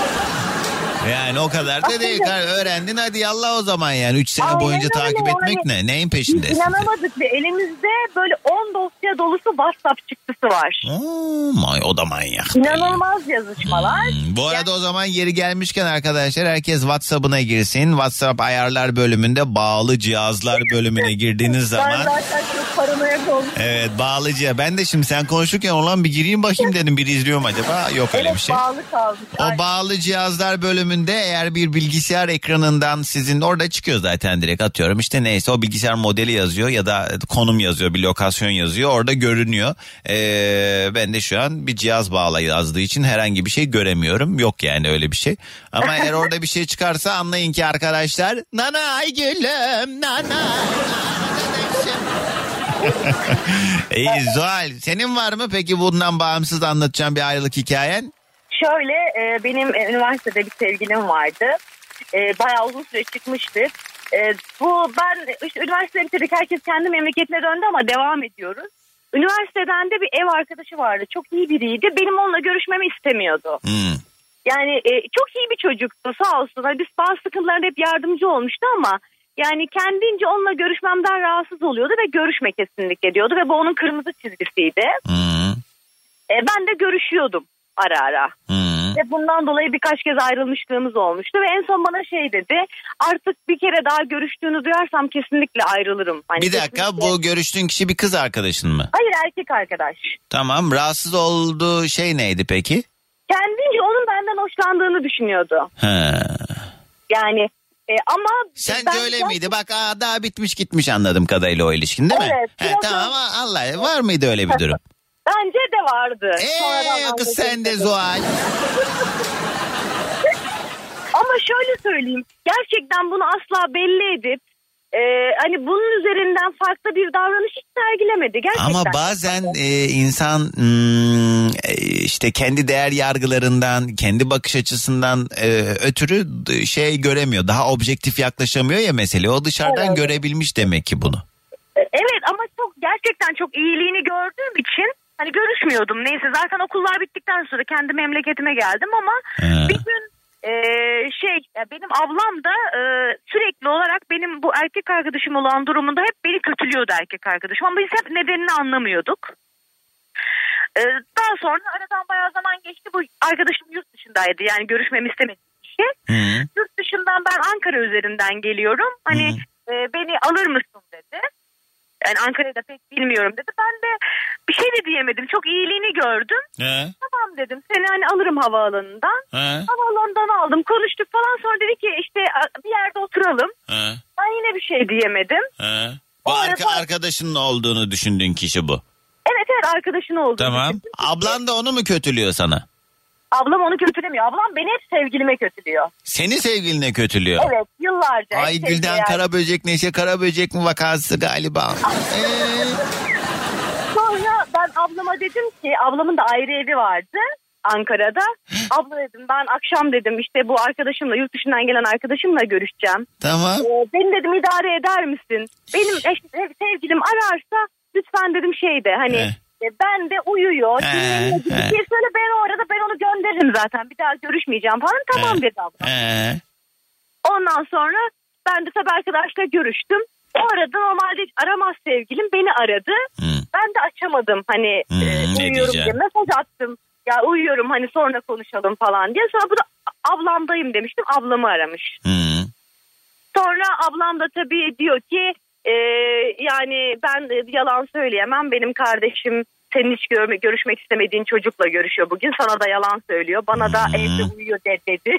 Yani o kadar da değil. Öğrendin, hadi yallah o zaman yani. 3 sene boyunca takip etmek ne? Neyin peşindesin? İnanamadık ve elimizde böyle 10 dosya dolusu WhatsApp çıktısı var. O da manyak. İnanılmaz yazışmalar. Bu arada o zaman yeri gelmişken arkadaşlar, herkes WhatsApp'ına girsin. WhatsApp ayarlar bölümünde bağlı cihazlar bölümüne girdiğiniz zaman. Ben zaten çok paranoyak oldum. Evet, bağlı cihaz. Ben de şimdi sen konuşurken olan bir gireyim bakayım dedim. Biri izliyor mu acaba? Yok öyle bir şey. Bağlı kaldık. O bağlı cihazlar bölümünde eğer bir bilgisayar ekranından sizin orada çıkıyor zaten, direkt atıyorum. İşte neyse o bilgisayar modeli yazıyor ya da konum yazıyor, bir lokasyon yazıyor. Orada görünüyor. Ben de şu an bir cihaz bağlı yazdığı için herhangi bir şey göremiyorum. Yok yani öyle bir şey. Ama eğer orada bir şey çıkarsa anlayın ki arkadaşlar, nanay gülüm nanay. İyi Zuhal, senin var mı peki bundan bağımsız anlatacağım bir ayrılık hikayen? Şöyle benim üniversitede bir sevgilim vardı. Bayağı uzun süre çıkmıştık. Ben işte üniversite bitirdik, herkes kendi memleketine döndü ama devam ediyoruz. Üniversiteden de bir ev arkadaşı vardı. Çok iyi biriydi. Benim onunla görüşmemi istemiyordu. Yani çok iyi bir çocuktu sağ olsun. Biz bazı sıkıntılarda hep yardımcı olmuştu ama yani kendince onunla görüşmemden rahatsız oluyordu ve görüşme kesinlikle diyordu ve bu onun kırmızı çizgisiydi. Ben de görüşüyordum ara ara. Ve bundan dolayı birkaç kez ayrılmışlığımız olmuştu. Ve en son bana şey dedi. Artık bir kere daha görüştüğünü duyarsam kesinlikle ayrılırım. Hani Bir dakika, kesinlikle... bu görüştüğün kişi bir kız arkadaşın mı? Hayır, erkek arkadaş. Tamam, rahatsız olduğu şey neydi peki? Kendince onun benden hoşlandığını düşünüyordu. He. Yani ama... Sence öyle miydi? Bak daha bitmiş gitmiş anladığım kadarıyla o ilişkin değil mi? Evet, Tamam ama Allah, var mıydı öyle bir durum? Bence de vardı. Sonradan Kız anladım. sen de Zuhal. Ama şöyle söyleyeyim. Gerçekten bunu asla belli edip hani bunun üzerinden farklı bir davranış hiç sergilemedi. Gerçekten. Ama bazen insan işte kendi değer yargılarından, kendi bakış açısından ötürü şey göremiyor. Daha objektif yaklaşamıyor ya meseleye. O dışarıdan Evet. görebilmiş demek ki bunu. Evet ama gerçekten çok iyiliğini gördüğüm için hani görüşmüyordum. Neyse, zaten okullar bittikten sonra kendi memleketime geldim ama bir gün benim ablam da sürekli olarak benim bu erkek arkadaşım olan durumunda hep beni kötülüyordu erkek arkadaşım. Ama biz hep nedenini anlamıyorduk. Daha sonra aradan bayağı zaman geçti. Bu arkadaşım yurt dışındaydı. Yani görüşmemi istemediği kişi. Yurt dışından ben Ankara üzerinden geliyorum. Hani beni alır mısın dedi. Yani Ankara'yı da pek bilmiyorum dedi. Ben de bir şey de diyemedim. Çok iyiliğini gördüm. Tamam dedim. Seni hani alırım havaalanından. Havaalanından aldım. Konuştuk falan. Sonra dedi ki işte bir yerde oturalım. Ben yine bir şey diyemedim. Bu arada- arkadaşının olduğunu düşündüğün kişi bu. Evet arkadaşın oldu. Tamam. Ablan da onu mu kötülüyor sana? Ablam onu kötülemiyor. Ablam beni hep sevgilime kötülüyor. Seni sevgiline kötülüyor. Evet, yıllarca. Ay hep Gülden sevgili Karaböcek, Neşe Karaböcek mi vakası galiba? Sonra ben ablama dedim ki, ablamın da ayrı evi vardı Ankara'da. Abla dedim, ben akşam dedim işte bu arkadaşımla, yurt dışından gelen arkadaşımla görüşeceğim. Tamam. Beni dedim idare eder misin? Benim sevgilim ararsa lütfen dedim hani ben de uyuyor. Dinleniyor gibi bir şey söyle, ben o arada ben onu gönderirim zaten. Bir daha görüşmeyeceğim falan. Tamam dedi abla. Ondan sonra ben de tabii arkadaşla görüştüm. O arada normalde hiç aramaz sevgilim, beni aradı. Ben de açamadım hani uyuyorum diye mesaj attım. Ya uyuyorum hani sonra konuşalım falan diye. Sonra bu da ablamdayım demiştim, ablamı aramış. Sonra ablam da tabii diyor ki yani ben yalan söyleyemem, benim kardeşim senin hiç görüşmek istemediğin çocukla görüşüyor bugün, sana da yalan söylüyor, bana da evde uyuyor dedi.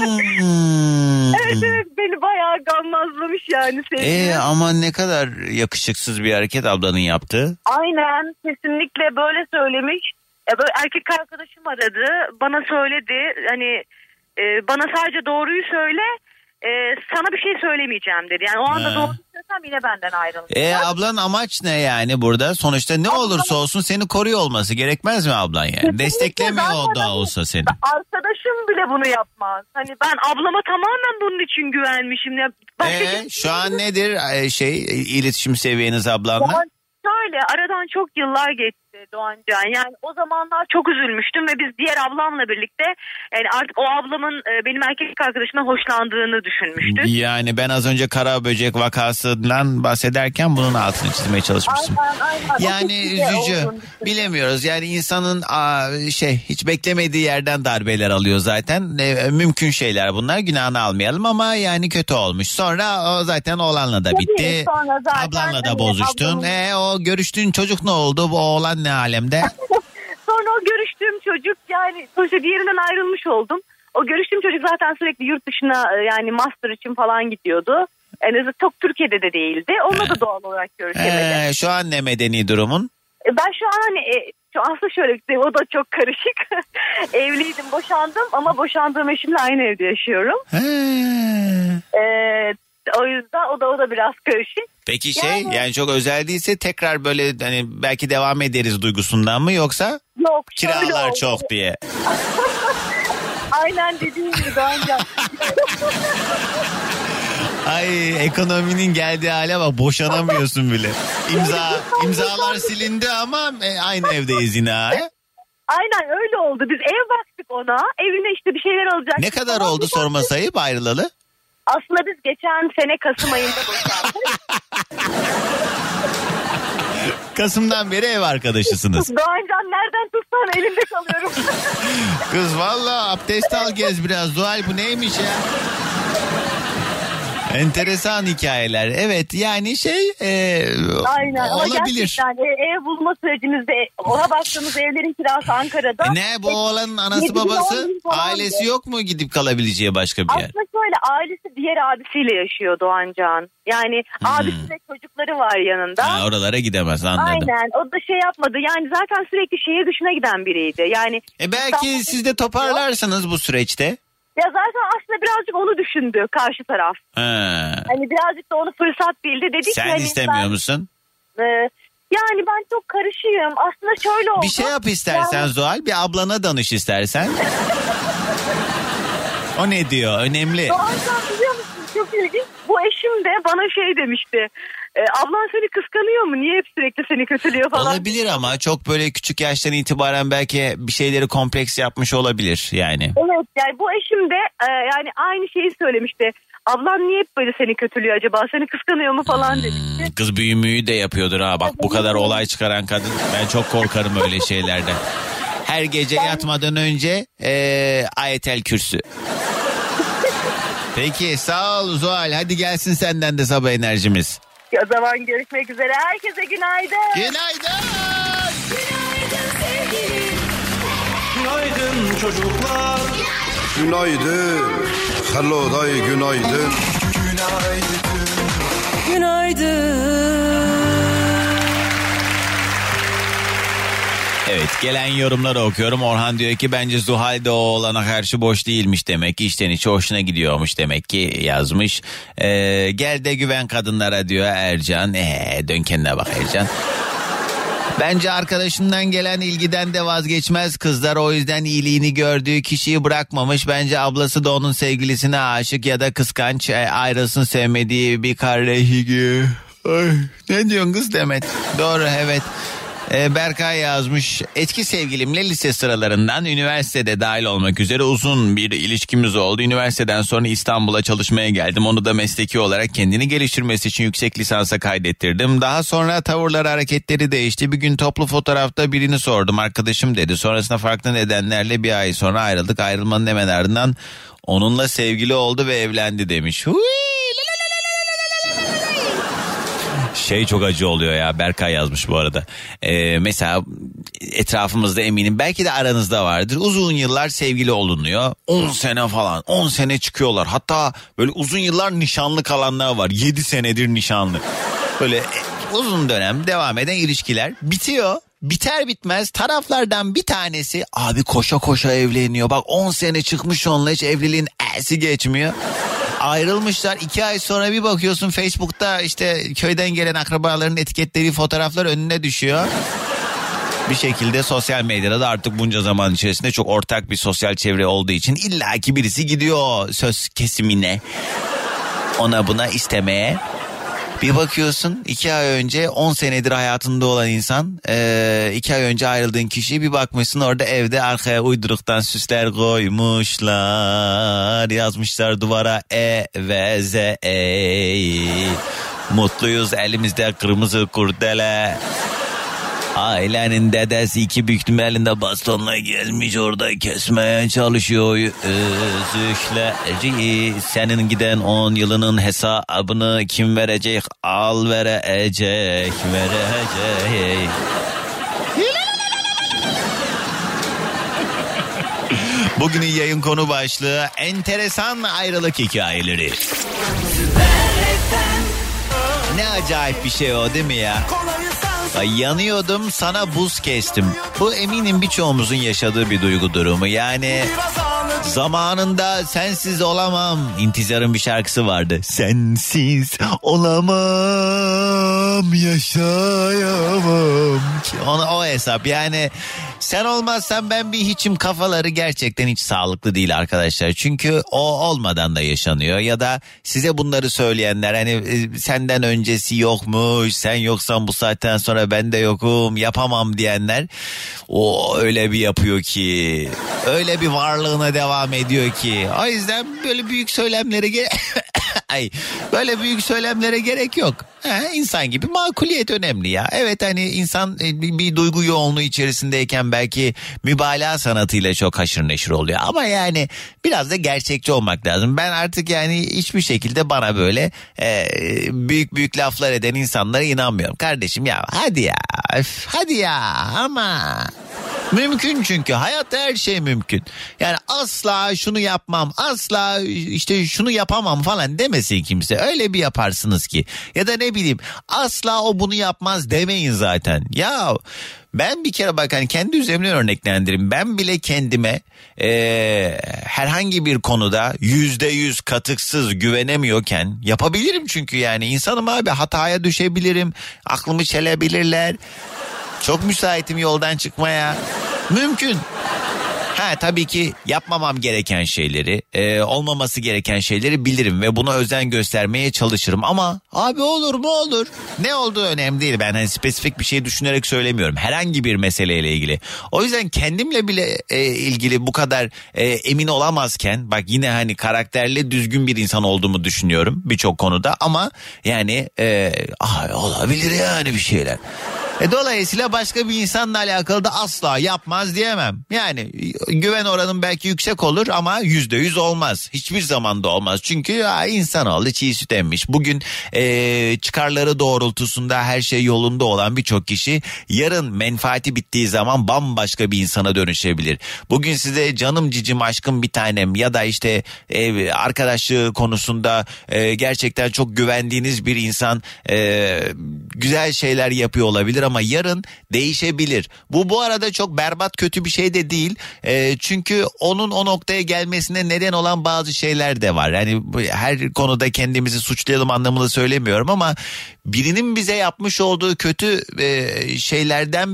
Evet beni bayağı gammazlamış yani sevgilim. Ama ne kadar yakışıksız bir hareket ablanın yaptığı. Aynen, kesinlikle böyle söylemiş. Böyle erkek arkadaşım aradı, bana söyledi hani bana sadece doğruyu söyle, sana bir şey söylemeyeceğim dedi. Yani o anda doğru söylesem yine benden ayrılır. Ablanın amaç ne yani burada? Sonuçta ne olursa olsun seni koruyor olması gerekmez mi ablan yani? Kesinlikle. Desteklemiyor Ben o da olsa seni. Arkadaşım bile bunu yapmaz. Hani ben ablama tamamen bunun için güvenmişim. Ya, Şu an nedir iletişim seviyeniz ablanla? Şöyle, aradan çok yıllar geçti Doğancan. Yani o zamanlar çok üzülmüştüm ve biz diğer ablamla birlikte yani artık o ablamın benim erkek arkadaşımdan hoşlandığını düşünmüştük. Yani ben az önce Karaböcek vakasından bahsederken bunun altını çizmeye çalışmıştım. Aynen. Yani üzücü. Bilemiyoruz. Yani insanın hiç beklemediği yerden darbeler alıyor zaten. Mümkün şeyler bunlar. Günahını almayalım ama yani kötü olmuş. Sonra o zaten oğlanla da bitti. Ablanla da bozuştun. O görüştüğün çocuk ne oldu? Bu oğlan ne alemde? Sonra o görüştüğüm çocuk yani sonuçta diğerinden ayrılmış oldum. O görüştüğüm çocuk zaten sürekli yurt dışına yani master için falan gidiyordu. Yani çok Türkiye'de de değildi. Onunla da doğal olarak görüşemedim. Şu an ne medeni durumun? Ben şu an hani aslında şöyle, o da çok karışık. Evliydim, boşandım ama boşandığım eşimle aynı evde yaşıyorum. O yüzden o da biraz karışık. Peki yani çok özel değilse tekrar böyle hani belki devam ederiz duygusundan mı, yoksa yok, kiralar oldu. çok diye. Aynen dediğim gibi Doğancan. Ay ekonominin geldiği hale bak, boşanamıyorsun bile. İmzalar silindi ama aynı evdeyiz yine. Aynen öyle oldu. Biz ev baktık ona. Evine işte bir şeyler alacaktık. Ne kadar oldu sorma sayıp ayrılalı? Aslında biz geçen sene Kasım ayında boşandık. Kasım'dan beri ev arkadaşısınız. Doğancan nereden tutsak sonra elimde kalıyorum. Kız valla abdest al gez biraz. Zuhal bu neymiş ya? Enteresan hikayeler. Evet yani Aynen. Ama olabilir. gerçekten ev bulma sürecimizde ona baktığımız evlerin kirası Ankara'da. Ne bu oğlanın anası babası ailesi yok mu gidip kalabileceği başka bir yer? Aslında şöyle, ailesi diğer abisiyle yaşıyor Doğancan. Yani abisi ve çocukları var yanında. Ha, oralara gidemez, anladım. Aynen, o da şey yapmadı. Yani zaten sürekli şehir dışına giden biriydi. Yani belki siz de toparlarsınız bu süreçte. Ya zaten aslında birazcık onu düşündü karşı taraf. Hani birazcık da onu fırsat bildi. Dedi sen ki, istemiyor musun? Yani ben çok karışığım. Aslında şöyle oldu. Bir şey yap istersen yani... Zuhal, bir ablana danış istersen. O ne diyor? Önemli. Doğancan biliyor musun? Çok ilginç. Bu eşim de bana şey demişti. Ablan seni kıskanıyor mu? Niye hep sürekli seni kötülüyor falan? Olabilir ama çok böyle küçük yaştan itibaren belki bir şeyleri kompleks yapmış olabilir yani. Evet, yani bu eşim de yani aynı şeyi söylemişti. Ablan niye hep böyle seni kötülüyor acaba? Seni kıskanıyor mu falan demişti. Kız büyümüyü de yapıyordur ha. Bak bu kadar olay çıkaran kadın. Ben çok korkarım öyle şeylerden. Her gece yatmadan önce Ayetel Kürsü. Peki sağ ol Zuhal. Hadi gelsin senden de sabah enerjimiz. O zaman görüşmek üzere. Herkese günaydın. Günaydın. Günaydın sevgilim. Günaydın çocuklar. Günaydın. Hello day günaydın. Günaydın. Evet, gelen yorumları okuyorum. Orhan diyor ki bence Zuhal de o oğlana karşı boş değilmiş demek ki. İçten içe hoşuna gidiyormuş demek ki yazmış. Gel de güven kadınlara diyor Ercan. Dön kendine bak Ercan. Bence arkadaşından gelen ilgiden de vazgeçmez kızlar. O yüzden iyiliğini gördüğü kişiyi bırakmamış. Bence ablası da onun sevgilisine aşık ya da kıskanç, ayrılsın sevmediği bir kardeşi gibi. Ay, ne diyorsun kız Demet? Doğru, evet. Berkay yazmış. Eski sevgilimle lise sıralarından üniversitede dahil olmak üzere uzun bir ilişkimiz oldu. Üniversiteden sonra İstanbul'a çalışmaya geldim. Onu da mesleki olarak kendini geliştirmesi için yüksek lisansa kaydettirdim. Daha sonra tavırları, hareketleri değişti. Bir gün toplu fotoğrafta birini sordum. Arkadaşım dedi. Sonrasında farklı nedenlerle bir ay sonra ayrıldık. Ayrılmanın hemen ardından onunla sevgili oldu ve evlendi demiş. Çok acı oluyor ya. Berkay yazmış bu arada. Mesela etrafımızda eminim belki de aranızda vardır. Uzun yıllar sevgili olunuyor. 10 sene falan. 10 sene çıkıyorlar. Hatta böyle uzun yıllar nişanlı kalanlar var. 7 senedir nişanlı. Böyle uzun dönem devam eden ilişkiler bitiyor. Biter bitmez taraflardan bir tanesi abi koşa koşa evleniyor. Bak 10 sene çıkmış onunla, hiç evliliğin esi geçmiyor. Ayrılmışlar, 2 ay sonra bir bakıyorsun Facebook'ta işte köyden gelen akrabaların etiketlediği fotoğraflar önüne düşüyor. Bir şekilde sosyal medyada da artık bunca zaman içerisinde çok ortak bir sosyal çevre olduğu için illaki birisi gidiyor söz kesimine, ona buna istemeye. Bir bakıyorsun 2 ay önce 10 senedir hayatında olan insan, 2 ay önce ayrıldığın kişi, bir bakmışsın orada evde arkaya uyduruktan süsler koymuşlar, yazmışlar duvara E ve Z mutluyuz elimizde kırmızı kurdele. Ailenin dedesi 2 büyük elinde bastonla gelmiş, orada kesmeye çalışıyor üzükleri. Senin giden 10 yılının hesabını kim verecek? Al verecek. Bugünün yayın konu başlığı enteresan ayrılık hikayeleri. Ne acayip bir şey o, değil mi ya? Yanıyordum, sana buz kestim. Bu eminim birçoğumuzun yaşadığı bir duygu durumu. Yani zamanında sensiz olamam. İntizar'ın bir şarkısı vardı. Sensiz olamam, yaşayamam. O hesap yani, sen olmazsan ben bir hiçim kafaları gerçekten hiç sağlıklı değil arkadaşlar. Çünkü o olmadan da yaşanıyor. Ya da size bunları söyleyenler, hani senden öncesi yokmuş, sen yoksan bu saatten sonra ben de yokum, yapamam diyenler, o öyle bir yapıyor ki, öyle bir varlığına devam ediyor ki. O yüzden böyle büyük söylemlere Ay, böyle büyük söylemlere gerek yok. İnsan gibi makuliyet önemli ya. Evet, hani insan bir duygu yoğunluğu içerisindeyken belki mübalağa sanatıyla çok haşır neşir oluyor. Ama yani biraz da gerçekçi olmak lazım. Ben artık yani hiçbir şekilde bana böyle büyük büyük laflar eden insanlara inanmıyorum. Kardeşim ya hadi ya, hadi ya ama... Mümkün, çünkü hayatta her şey mümkün. Yani asla şunu yapmam, asla işte şunu yapamam falan demesin kimse. Öyle bir yaparsınız ki. Ya da ne bileyim, asla o bunu yapmaz demeyin zaten. Ya ben bir kere bak, hani kendi üzerimden örneklendireyim. Ben bile kendime herhangi bir konuda %100 katıksız güvenemiyorken yapabilirim, çünkü yani insanım abi, hataya düşebilirim, aklımı çelebilirler. Çok müsaitim yoldan çıkmaya. Mümkün. Tabii ki yapmamam gereken şeyleri, olmaması gereken şeyleri bilirim ve buna özen göstermeye çalışırım. Ama abi olur mu olur. Ne olduğu önemli değil. Ben hani spesifik bir şey düşünerek söylemiyorum. Herhangi bir meseleyle ilgili. O yüzden kendimle bile ilgili bu kadar emin olamazken, bak yine hani karakterli, düzgün bir insan olduğumu düşünüyorum birçok konuda. Ama yani olabilir yani bir şeyler. Dolayısıyla başka bir insanla alakalı da asla yapmaz diyemem. Yani güven oranım belki yüksek olur ama %100 olmaz. Hiçbir zaman da olmaz. Çünkü insanoğlu çiğ süt emmiş. Bugün çıkarları doğrultusunda her şey yolunda olan birçok kişi yarın menfaati bittiği zaman bambaşka bir insana dönüşebilir. Bugün size canım cicim aşkım bir tanem ya da işte arkadaşlığı konusunda gerçekten çok güvendiğiniz bir insan güzel şeyler yapıyor olabilir ama yarın değişebilir. Bu arada çok berbat, kötü bir şey de değil. Çünkü onun o noktaya gelmesine neden olan bazı şeyler de var. Yani her konuda kendimizi suçlayalım anlamında söylemiyorum ama birinin bize yapmış olduğu kötü şeylerden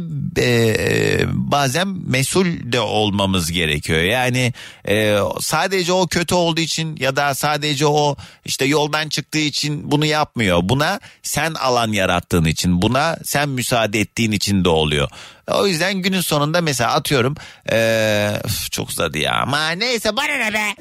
bazen mesul de olmamız gerekiyor. Yani sadece o kötü olduğu için ya da sadece o işte yoldan çıktığı için bunu yapmıyor. Buna sen alan yarattığın için, buna sen müsaade ettiğin için de oluyor. O yüzden günün sonunda mesela atıyorum çok uzadı ya ama neyse, bana ne be,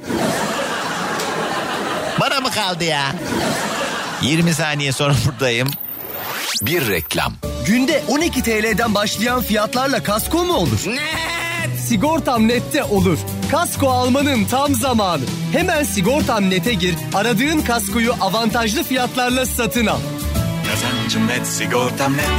bana mı kaldı ya? 20 saniye sonra buradayım. Bir reklam. Günde 12 TL'den başlayan fiyatlarla kasko mu olur? Sigortam Net'te olur. Kasko almanın tam zamanı. Hemen Sigortam Net'e gir, aradığın kaskoyu avantajlı fiyatlarla satın al. Kazancım net, sigortam net.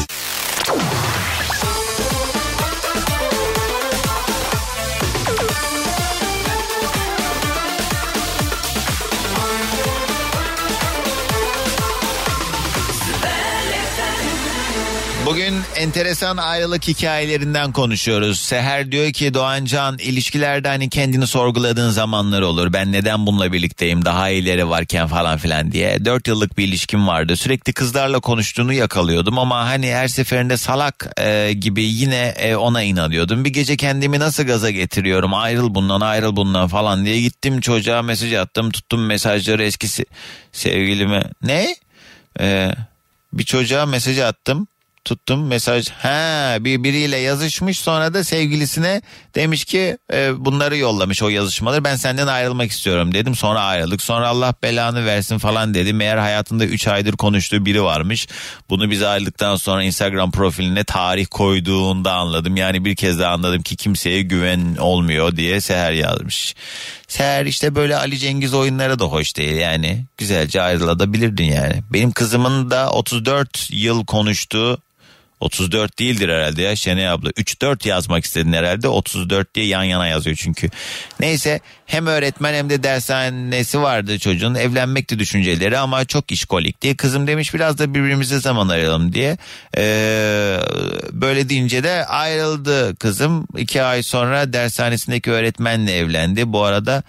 Bugün enteresan ayrılık hikayelerinden konuşuyoruz. Seher diyor ki Doğancan, ilişkilerde hani kendini sorguladığın zamanlar olur. Ben neden bununla birlikteyim, daha iyileri varken falan filan diye. 4 yıllık bir ilişkim vardı. Sürekli kızlarla konuştuğunu yakalıyordum ama hani her seferinde salak gibi yine ona inanıyordum. Bir gece kendimi nasıl gaza getiriyorum, ayrıl bundan falan diye gittim çocuğa mesaj attım. Tuttum mesajları eski sevgilime. Ne? Bir çocuğa mesaj attım. Tuttum mesaj, biriyle yazışmış, sonra da sevgilisine demiş ki bunları yollamış, o yazışmaları, ben senden ayrılmak istiyorum dedim, sonra ayrıldık, sonra Allah belanı versin falan dedi. Meğer hayatında 3 aydır konuştuğu biri varmış. Bunu biz ayrıldıktan sonra Instagram profiline tarih koyduğunda anladım. Yani bir kez daha anladım ki kimseye güven olmuyor diye Seher yazmış. Seher işte böyle Ali Cengiz oyunları da hoş değil yani, güzelce ayrılabilirdin yani. Benim kızımın da 34 yıl konuştuğu, 34 değildir herhalde ya Şenay abla, 3-4 yazmak istedin herhalde, 34 diye yan yana yazıyor çünkü. Neyse, hem öğretmen hem de dershanesi vardı çocuğun, evlenmekti düşünceleri ama çok işkolik diye. Kızım demiş biraz da birbirimize zaman ayıralım diye. Böyle deyince de ayrıldı kızım. 2 ay sonra dershanesindeki öğretmenle evlendi. Bu arada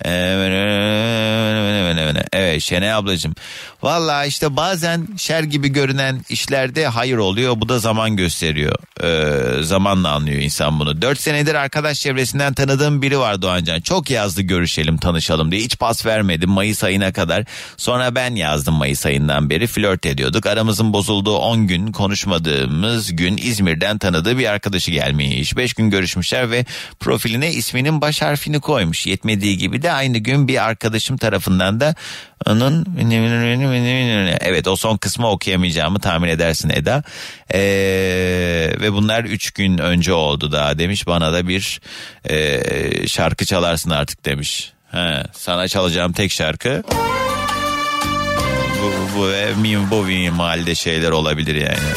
evet Şenay ablacığım, vallahi işte bazen şer gibi görünen işlerde hayır oluyor, bu da zaman gösteriyor. Zamanla anlıyor insan bunu. 4 senedir arkadaş çevresinden tanıdığım biri var Doğancan, çok yazdı görüşelim tanışalım diye, hiç pas vermedim Mayıs ayına kadar. Sonra ben yazdım, Mayıs ayından beri flört ediyorduk. Aramızın bozulduğu 10 gün, konuşmadığımız gün İzmir'den tanıdığı bir arkadaşı gelmiş. 5 gün görüşmüşler ve profiline isminin baş harfini koymuş. Yetmediği gibi de aynı gün bir arkadaşım tarafından da onun evet o son kısmı okuyamayacağımı tahmin edersin Eda. Ve bunlar 3 gün önce oldu daha demiş. Bana da bir şarkı çalarsın artık demiş. Sana çalacağım tek şarkı bu minvalde şeyler olabilir yani.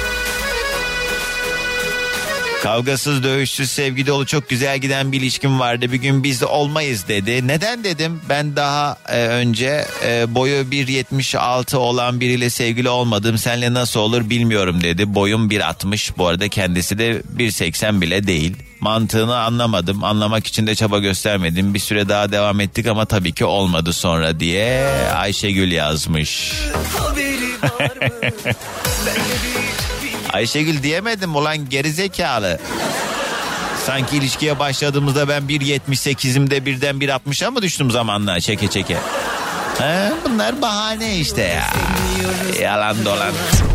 Kavgasız, dövüşsüz, sevgi dolu, çok güzel giden bir ilişkim vardı. Bir gün biz de olmayız dedi. Neden dedim? Ben daha önce boyu 1.76 olan biriyle sevgili olmadım. Seninle nasıl olur bilmiyorum dedi. Boyum 1.60. Bu arada kendisi de 1.80 bile değil. Mantığını anlamadım. Anlamak için de çaba göstermedim. Bir süre daha devam ettik ama tabii ki olmadı sonra diye Ayşegül yazmış. Ayşegül diyemedim ulan gerizekalı. Sanki ilişkiye başladığımızda ben 1.78'imde birden 1.60'a mı düştüm zamanla çeke çeke. Bunlar bahane işte ya. Yalan dolan.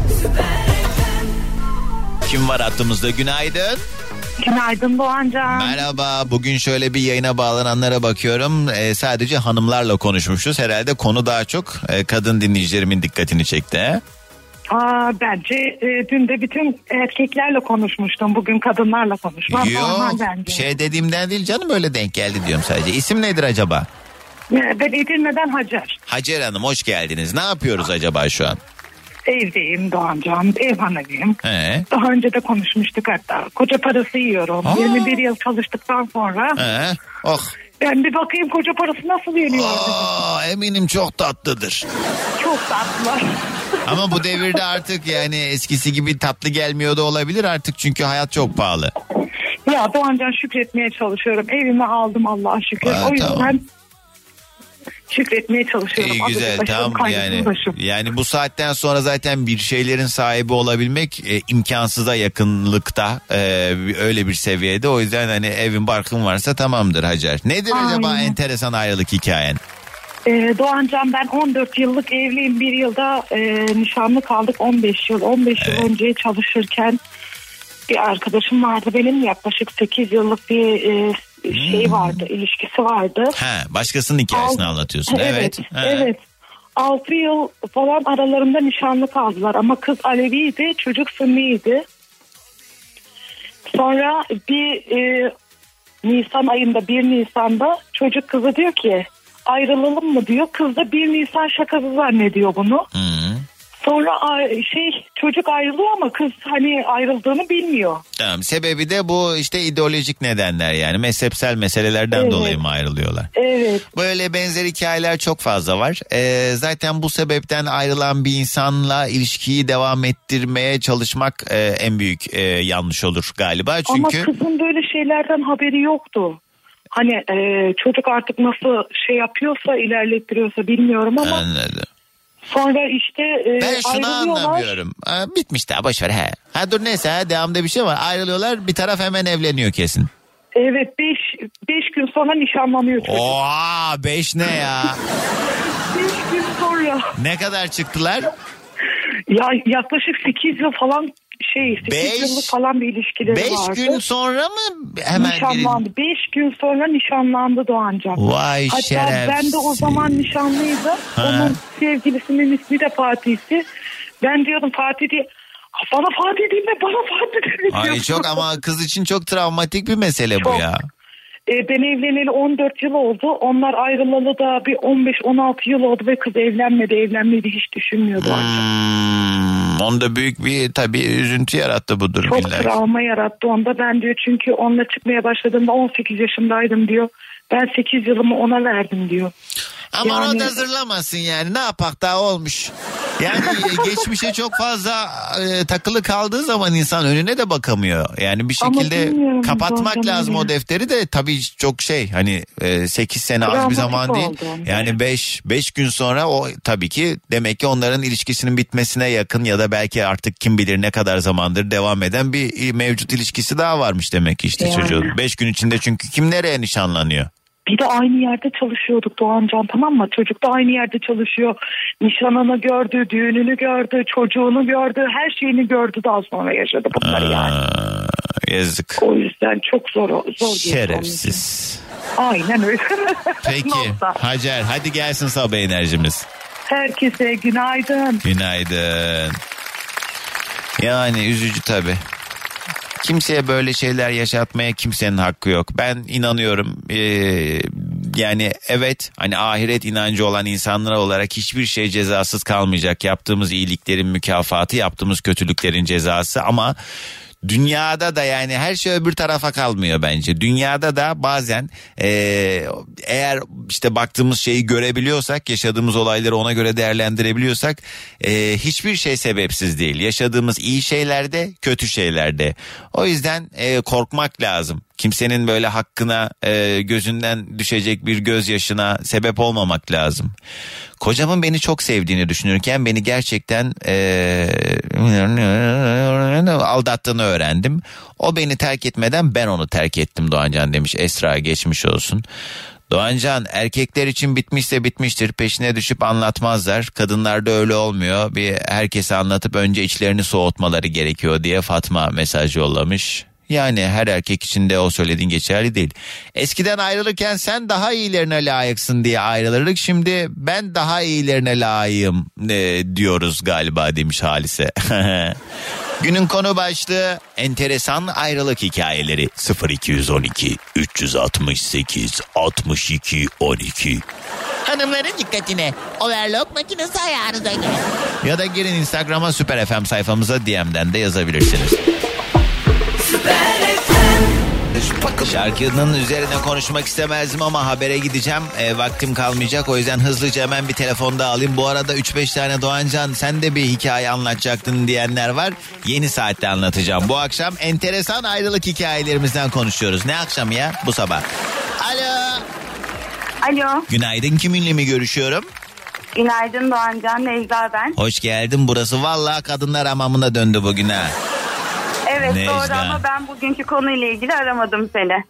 Kim var hattımızda? Günaydın. Günaydın Doğancan. Merhaba. Bugün şöyle bir yayına bağlananlara bakıyorum. Sadece hanımlarla konuşmuşuz. Herhalde konu daha çok kadın dinleyicilerimin dikkatini çekti. He? Bence dün de bütün erkeklerle konuşmuştum. Bugün kadınlarla konuşmam. Yok şey dediğimden değil canım, öyle denk geldi diyorum sadece. İsim nedir acaba? Ben Edirne'den Hacer. Hacer Hanım hoş geldiniz. Ne yapıyoruz acaba şu an? Evdeyim Doğancan. Ev hanımıyım. Daha önce de konuşmuştuk hatta. Koca parası yiyorum. 21 yıl çalıştıktan sonra. Oh. Ben bir bakayım koca parası nasıl yeniyor. Eminim çok tatlıdır. Çok tatlı. Ama bu devirde artık yani eskisi gibi tatlı gelmiyor da olabilir artık, çünkü hayat çok pahalı. Ya Doğancan şükretmeye çalışıyorum. Evimi aldım Allah'a şükür. O yüzden tamam. Şükretmeye çalışıyorum. İyi güzel tamam yani bu saatten sonra zaten bir şeylerin sahibi olabilmek imkansıza yakınlıkta, öyle bir seviyede. O yüzden hani evin barkın varsa tamamdır Hacer. Nedir acaba enteresan ayrılık hikayen? Doğancan ben 14 yıllık evliyim, bir yılda nişanlı kaldık 15 yıl. 15 yıl önce çalışırken bir arkadaşım vardı benim, yaklaşık 8 yıllık bir şey vardı, ilişkisi vardı. Başkasının hikayesini anlatıyorsun. Evet. 6 yıl falan aralarında nişanlı kaldılar ama kız Aleviydi, çocuk Sünniydi. Sonra bir Nisan ayında, 1 Nisan'da çocuk kızı diyor ki ayrılalım mı diyor. Kız da 1 Nisan şakası zannediyor bunu. Sonra çocuk ayrılıyor ama kız hani ayrıldığını bilmiyor. Tamam, sebebi de bu işte ideolojik nedenler, yani mezhepsel meselelerden dolayı mı ayrılıyorlar? Evet. Böyle benzer hikayeler çok fazla var. Zaten bu sebepten ayrılan bir insanla ilişkiyi devam ettirmeye çalışmak en büyük yanlış olur galiba. Çünkü... Ama kızın böyle şeylerden haberi yoktu. Hani çocuk artık nasıl şey yapıyorsa, ilerlettiriyorsa bilmiyorum ama... Anladım. Sonra işte ben şunu anlamıyorum. Bitmiş daha, boşver. Dur neyse, devamda bir şey var. Ayrılıyorlar, bir taraf hemen evleniyor kesin. Evet, 5 gün sonra nişanlanıyor çocuk. Oha, 5 ne ya? 5 gün sonra. Ne kadar çıktılar? Ya yaklaşık 8 yıl falan 8 yıllık falan bir ilişkileri 5 vardı. 5 gün sonra mı hemen nişanlandı? 5 gün sonra nişanlandı Doğancan. Vay hatta şerefsiz. Ben de o zaman nişanlıydım. Onun sevgilisinin ismi de Fatih'ti. Ben diyordum Fatih diye. Bana Fatih değil mi? Bana Fatih değil mi? Ay çok, ama kız için çok travmatik bir mesele bu ya. Ben evleneli 14 yıl oldu. Onlar ayrılalı da bir 15-16 yıl oldu ve kız evlenmeyi hiç düşünmüyordu. Onda büyük bir tabii üzüntü yarattı bu durum. Çok travma yarattı onda. Ben diyor çünkü onunla çıkmaya başladığımda 18 yaşındaydım diyor. Ben 8 yılımı ona verdim diyor. Ama yani... o da zırlamasın yani, ne yapak daha olmuş. Yani geçmişe çok fazla takılı kaldığı zaman insan önüne de bakamıyor. Yani bir şekilde kapatmak lazım o defteri de, tabii çok hani 8 sene az bir zaman değil. Yani 5 gün sonra o tabii ki demek ki onların ilişkisinin bitmesine yakın ya da belki artık kim bilir ne kadar zamandır devam eden bir mevcut ilişkisi daha varmış demek ki işte çocuğun. 5 gün içinde, çünkü kim nereye nişanlanıyor? Bir de aynı yerde çalışıyorduk Doğancan, tamam mı? Çocuk da aynı yerde çalışıyor. Nişanını gördü, düğününü gördü, çocuğunu gördü, her şeyini gördü, daha sonra yaşadı bunları yani. Yazık. O yüzden çok zor şerefsiz. Aynen öyle. Peki Hacer, hadi gelsin sabah enerjimiz. Herkese günaydın. Günaydın. Yani üzücü tabii. Kimseye böyle şeyler yaşatmaya kimsenin hakkı yok. Ben inanıyorum. Yani evet, hani ahiret inancı olan insanlar olarak hiçbir şey cezasız kalmayacak. Yaptığımız iyiliklerin mükafatı, yaptığımız kötülüklerin cezası, ama dünyada da yani her şey öbür tarafa kalmıyor bence. Dünyada da bazen eğer işte baktığımız şeyi görebiliyorsak, yaşadığımız olayları ona göre değerlendirebiliyorsak hiçbir şey sebepsiz değil. Yaşadığımız iyi şeylerde, kötü şeylerde. O yüzden korkmak lazım. Kimsenin böyle hakkına, gözünden düşecek bir gözyaşına sebep olmamak lazım. Kocamın beni çok sevdiğini düşünürken beni gerçekten aldattığını öğrendim. O beni terk etmeden ben onu terk ettim Doğancan demiş Esra, geçmiş olsun. Doğancan, erkekler için bitmişse bitmiştir, peşine düşüp anlatmazlar. Kadınlarda öyle olmuyor. Bir herkese anlatıp önce içlerini soğutmaları gerekiyor diye Fatma mesaj yollamış. Yani her erkek için de o söylediğin geçerli değil. Eskiden ayrılırken sen daha iyilerine layıksın diye ayrılırdık. Şimdi ben daha iyilerine layığım diyoruz galiba demiş Halise. Günün konu başlığı enteresan ayrılık hikayeleri. 0212 368 62 12. Hanımların dikkatine, overlock makinesi ayağınıza gel. Ya da girin Instagram'a Süper FM sayfamıza, DM'den de yazabilirsiniz. Şarkının üzerine konuşmak istemezdim ama habere gideceğim. Vaktim kalmayacak, o yüzden hızlıca hemen bir telefonda alayım. Bu arada 3-5 tane Doğancan sen de bir hikaye anlatacaktın diyenler var. Yeni saatte anlatacağım. Bu akşam enteresan ayrılık hikayelerimizden konuşuyoruz. Ne akşam ya? Bu sabah. Alo. Alo. Günaydın, kiminle mi görüşüyorum? Günaydın Doğancan, Necla ben. Hoş geldin, burası vallahi kadınlar hamamına döndü bugün ha. Evet Necla. doğru, ama ben bugünkü konuyla ilgili aramadım seni.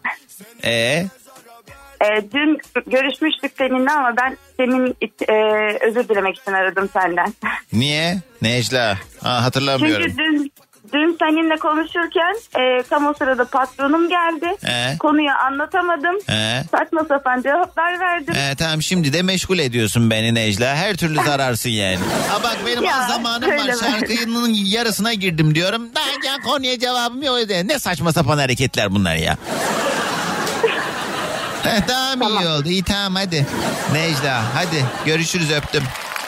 Dün görüşmüştük seninle ama ben senin özür dilemek için aradım senden. Niye? Necla? Hatırlamıyorum. Çünkü dün seninle konuşurken tam o sırada patronum geldi. Konuyu anlatamadım. Saçma sapan cevaplar verdim. Tamam, şimdi de meşgul ediyorsun beni Necla. Her türlü zararsın yani. Bak benim az zamanım var. Şarkının yarısına girdim diyorum. Daha konuya cevabım yok. Ne saçma sapan hareketler bunlar ya. Tamam, iyi oldu. İyi, tamam hadi. Necla hadi görüşürüz, öptüm.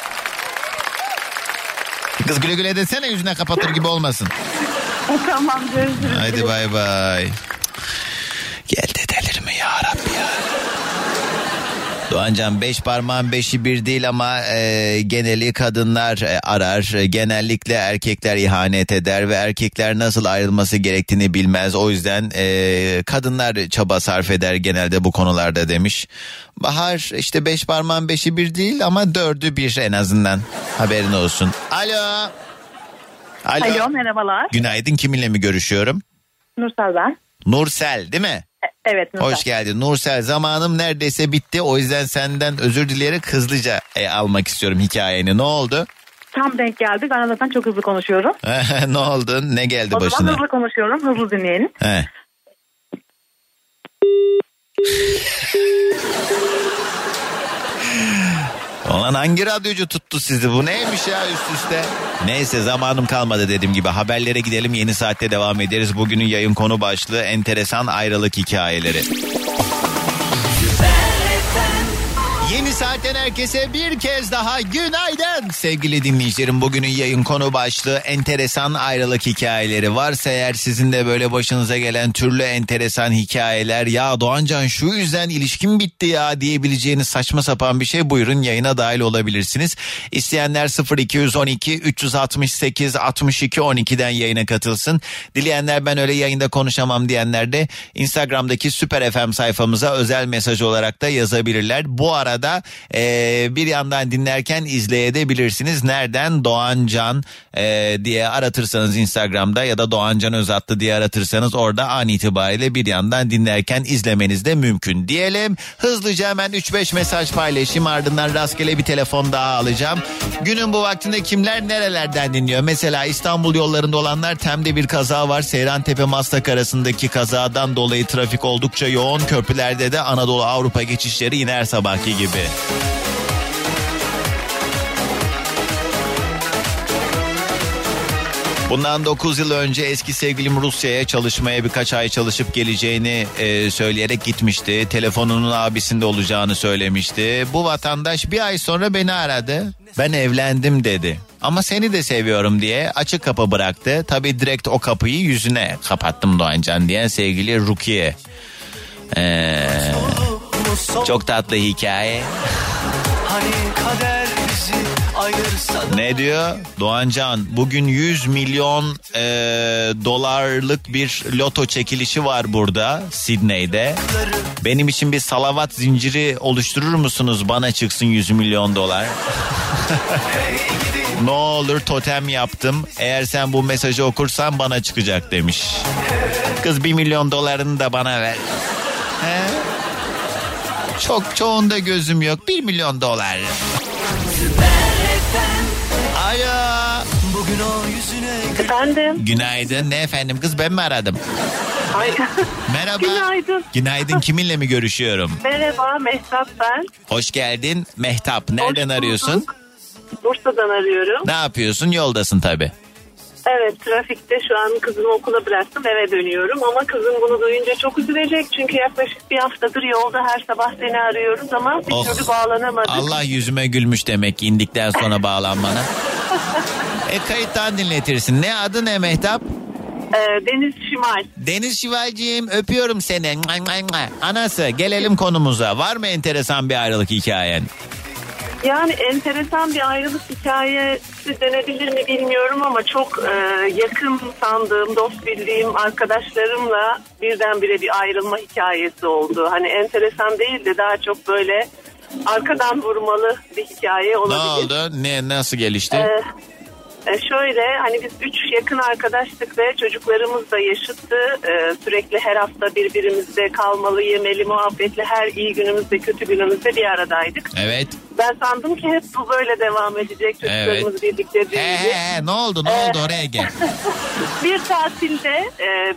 Kız güle güle desene, yüzüne kapatır gibi olmasın. Tamam, görüşürüz. Hadi bay bay. Gel de delirme ya Rabbi ya. Doğancan, 5 parmağın 5'i bir değil ama geneli kadınlar arar. Genellikle erkekler ihanet eder ve erkekler nasıl ayrılması gerektiğini bilmez. O yüzden kadınlar çaba sarf eder genelde bu konularda demiş. Bahar, işte 5 parmağın 5'i bir değil ama 4'ü 1 en azından. Haberin olsun. Alo. Alo, merhabalar. Günaydın, kiminle mi görüşüyorum? Nursel ben. Nursel değil mi? Evet, Nursel. Hoş geldin Nursel. Zamanım neredeyse bitti. O yüzden senden özür dileyerek hızlıca almak istiyorum hikayeni. Ne oldu? Tam denk geldi. Ben zaten çok hızlı konuşuyorum. Ne oldu? Ne geldi başına? O zaman hızlı konuşuyorum. Hızlı dinleyelim. Ulan hangi radyocu tuttu sizi? Bu neymiş ya üst üste? Neyse, zamanım kalmadı dediğim gibi. Haberlere gidelim, yeni saatte devam ederiz. Bugünün yayın konu başlığı enteresan ayrılık hikayeleri. Yeni saatten herkese bir kez daha günaydın sevgili dinleyicilerim. Bugünün yayın konu başlığı enteresan ayrılık hikayeleri. Varsa eğer sizin de böyle başınıza gelen türlü enteresan hikayeler, ya Doğancan şu yüzden ilişkim bitti ya diyebileceğiniz saçma sapan bir şey, buyurun yayına dahil olabilirsiniz. İsteyenler 0212 368 62 12'den yayına katılsın. Dileyenler ben öyle yayında konuşamam diyenler de Instagram'daki Süper FM sayfamıza özel mesaj olarak da yazabilirler. Bu arada da bir yandan dinlerken izleyebilirsiniz. Nereden? Doğancan diye aratırsanız Instagram'da ya da Doğancan Özatlı diye aratırsanız orada an itibariyle bir yandan dinlerken izlemeniz de mümkün diyelim. Hızlıca hemen 3-5 mesaj paylaşayım, ardından rastgele bir telefon daha alacağım. Günün bu vaktinde kimler nerelerden dinliyor? Mesela İstanbul yollarında olanlar, Tem'de bir kaza var. Seyrantepe Maslak arasındaki kazadan dolayı trafik oldukça yoğun. Köprülerde de Anadolu Avrupa geçişleri yine her sabahki gibi. Bundan 9 yıl önce eski sevgilim Rusya'ya çalışmaya birkaç ay çalışıp geleceğini söyleyerek gitmişti. Telefonunun abisinde olacağını söylemişti. Bu vatandaş bir ay sonra beni aradı. Ben evlendim dedi. Ama seni de seviyorum diye açık kapı bıraktı. Tabii direkt o kapıyı yüzüne kapattım Doğancan diyen sevgili Rukiye. Çok tatlı hikaye. Hani kader bizi ayırsa. Ne diyor? Doğancan, bugün 100 milyon dolarlık bir loto çekilişi var burada Sydney'de. Benim için bir salavat zinciri oluşturur musunuz? Bana çıksın 100 milyon dolar. Ne olur totem yaptım. Eğer sen bu mesajı okursan bana çıkacak demiş. Kız 1 milyon dolarını da bana ver. He? Çoğunda gözüm yok. 1 milyon dolar. Alo. Bugün o yüzüne... Efendim? Günaydın. Ne efendim? Kız ben mi aradım? Hayır. Merhaba. Günaydın. Günaydın. Kiminle mi görüşüyorum? Merhaba, Mehtap ben. Hoş geldin. Mehtap. Nereden Hoş arıyorsun? bulduk. Bursa'dan arıyorum. Ne yapıyorsun? Yoldasın tabii. Evet, trafikte şu an kızımı okula bıraktım, eve dönüyorum ama kızım bunu duyunca çok üzülecek çünkü yaklaşık bir haftadır yolda her sabah seni arıyoruz ama bir türlü bağlanamadık. Allah yüzüme gülmüş demek ki indikten sonra bağlanmana. Kayıttan dinletirsin. Ne adı, ne Mehtap? Deniz Şimal. Deniz Şivalciğim, öpüyorum seni. Anası, gelelim konumuza. Var mı enteresan bir ayrılık hikayen? Yani enteresan bir ayrılık hikayesi denebilir mi bilmiyorum ama çok yakın sandığım, dost bildiğim arkadaşlarımla birdenbire bir ayrılma hikayesi oldu. Hani enteresan değil de daha çok böyle arkadan vurmalı bir hikaye olabilir. Ne oldu? Nasıl gelişti? Şöyle, hani biz 3 yakın arkadaştık ve çocuklarımız da yaşıttı. Sürekli her hafta birbirimizde kalmalı, yemeli, muhabbetli, her iyi günümüzde, kötü günümüzde bir aradaydık. Evet. Ben sandım ki hep bu böyle devam edecek. Çocuklarımız birlikte büyüyecek. Ne oldu oraya gel. Bir tatilde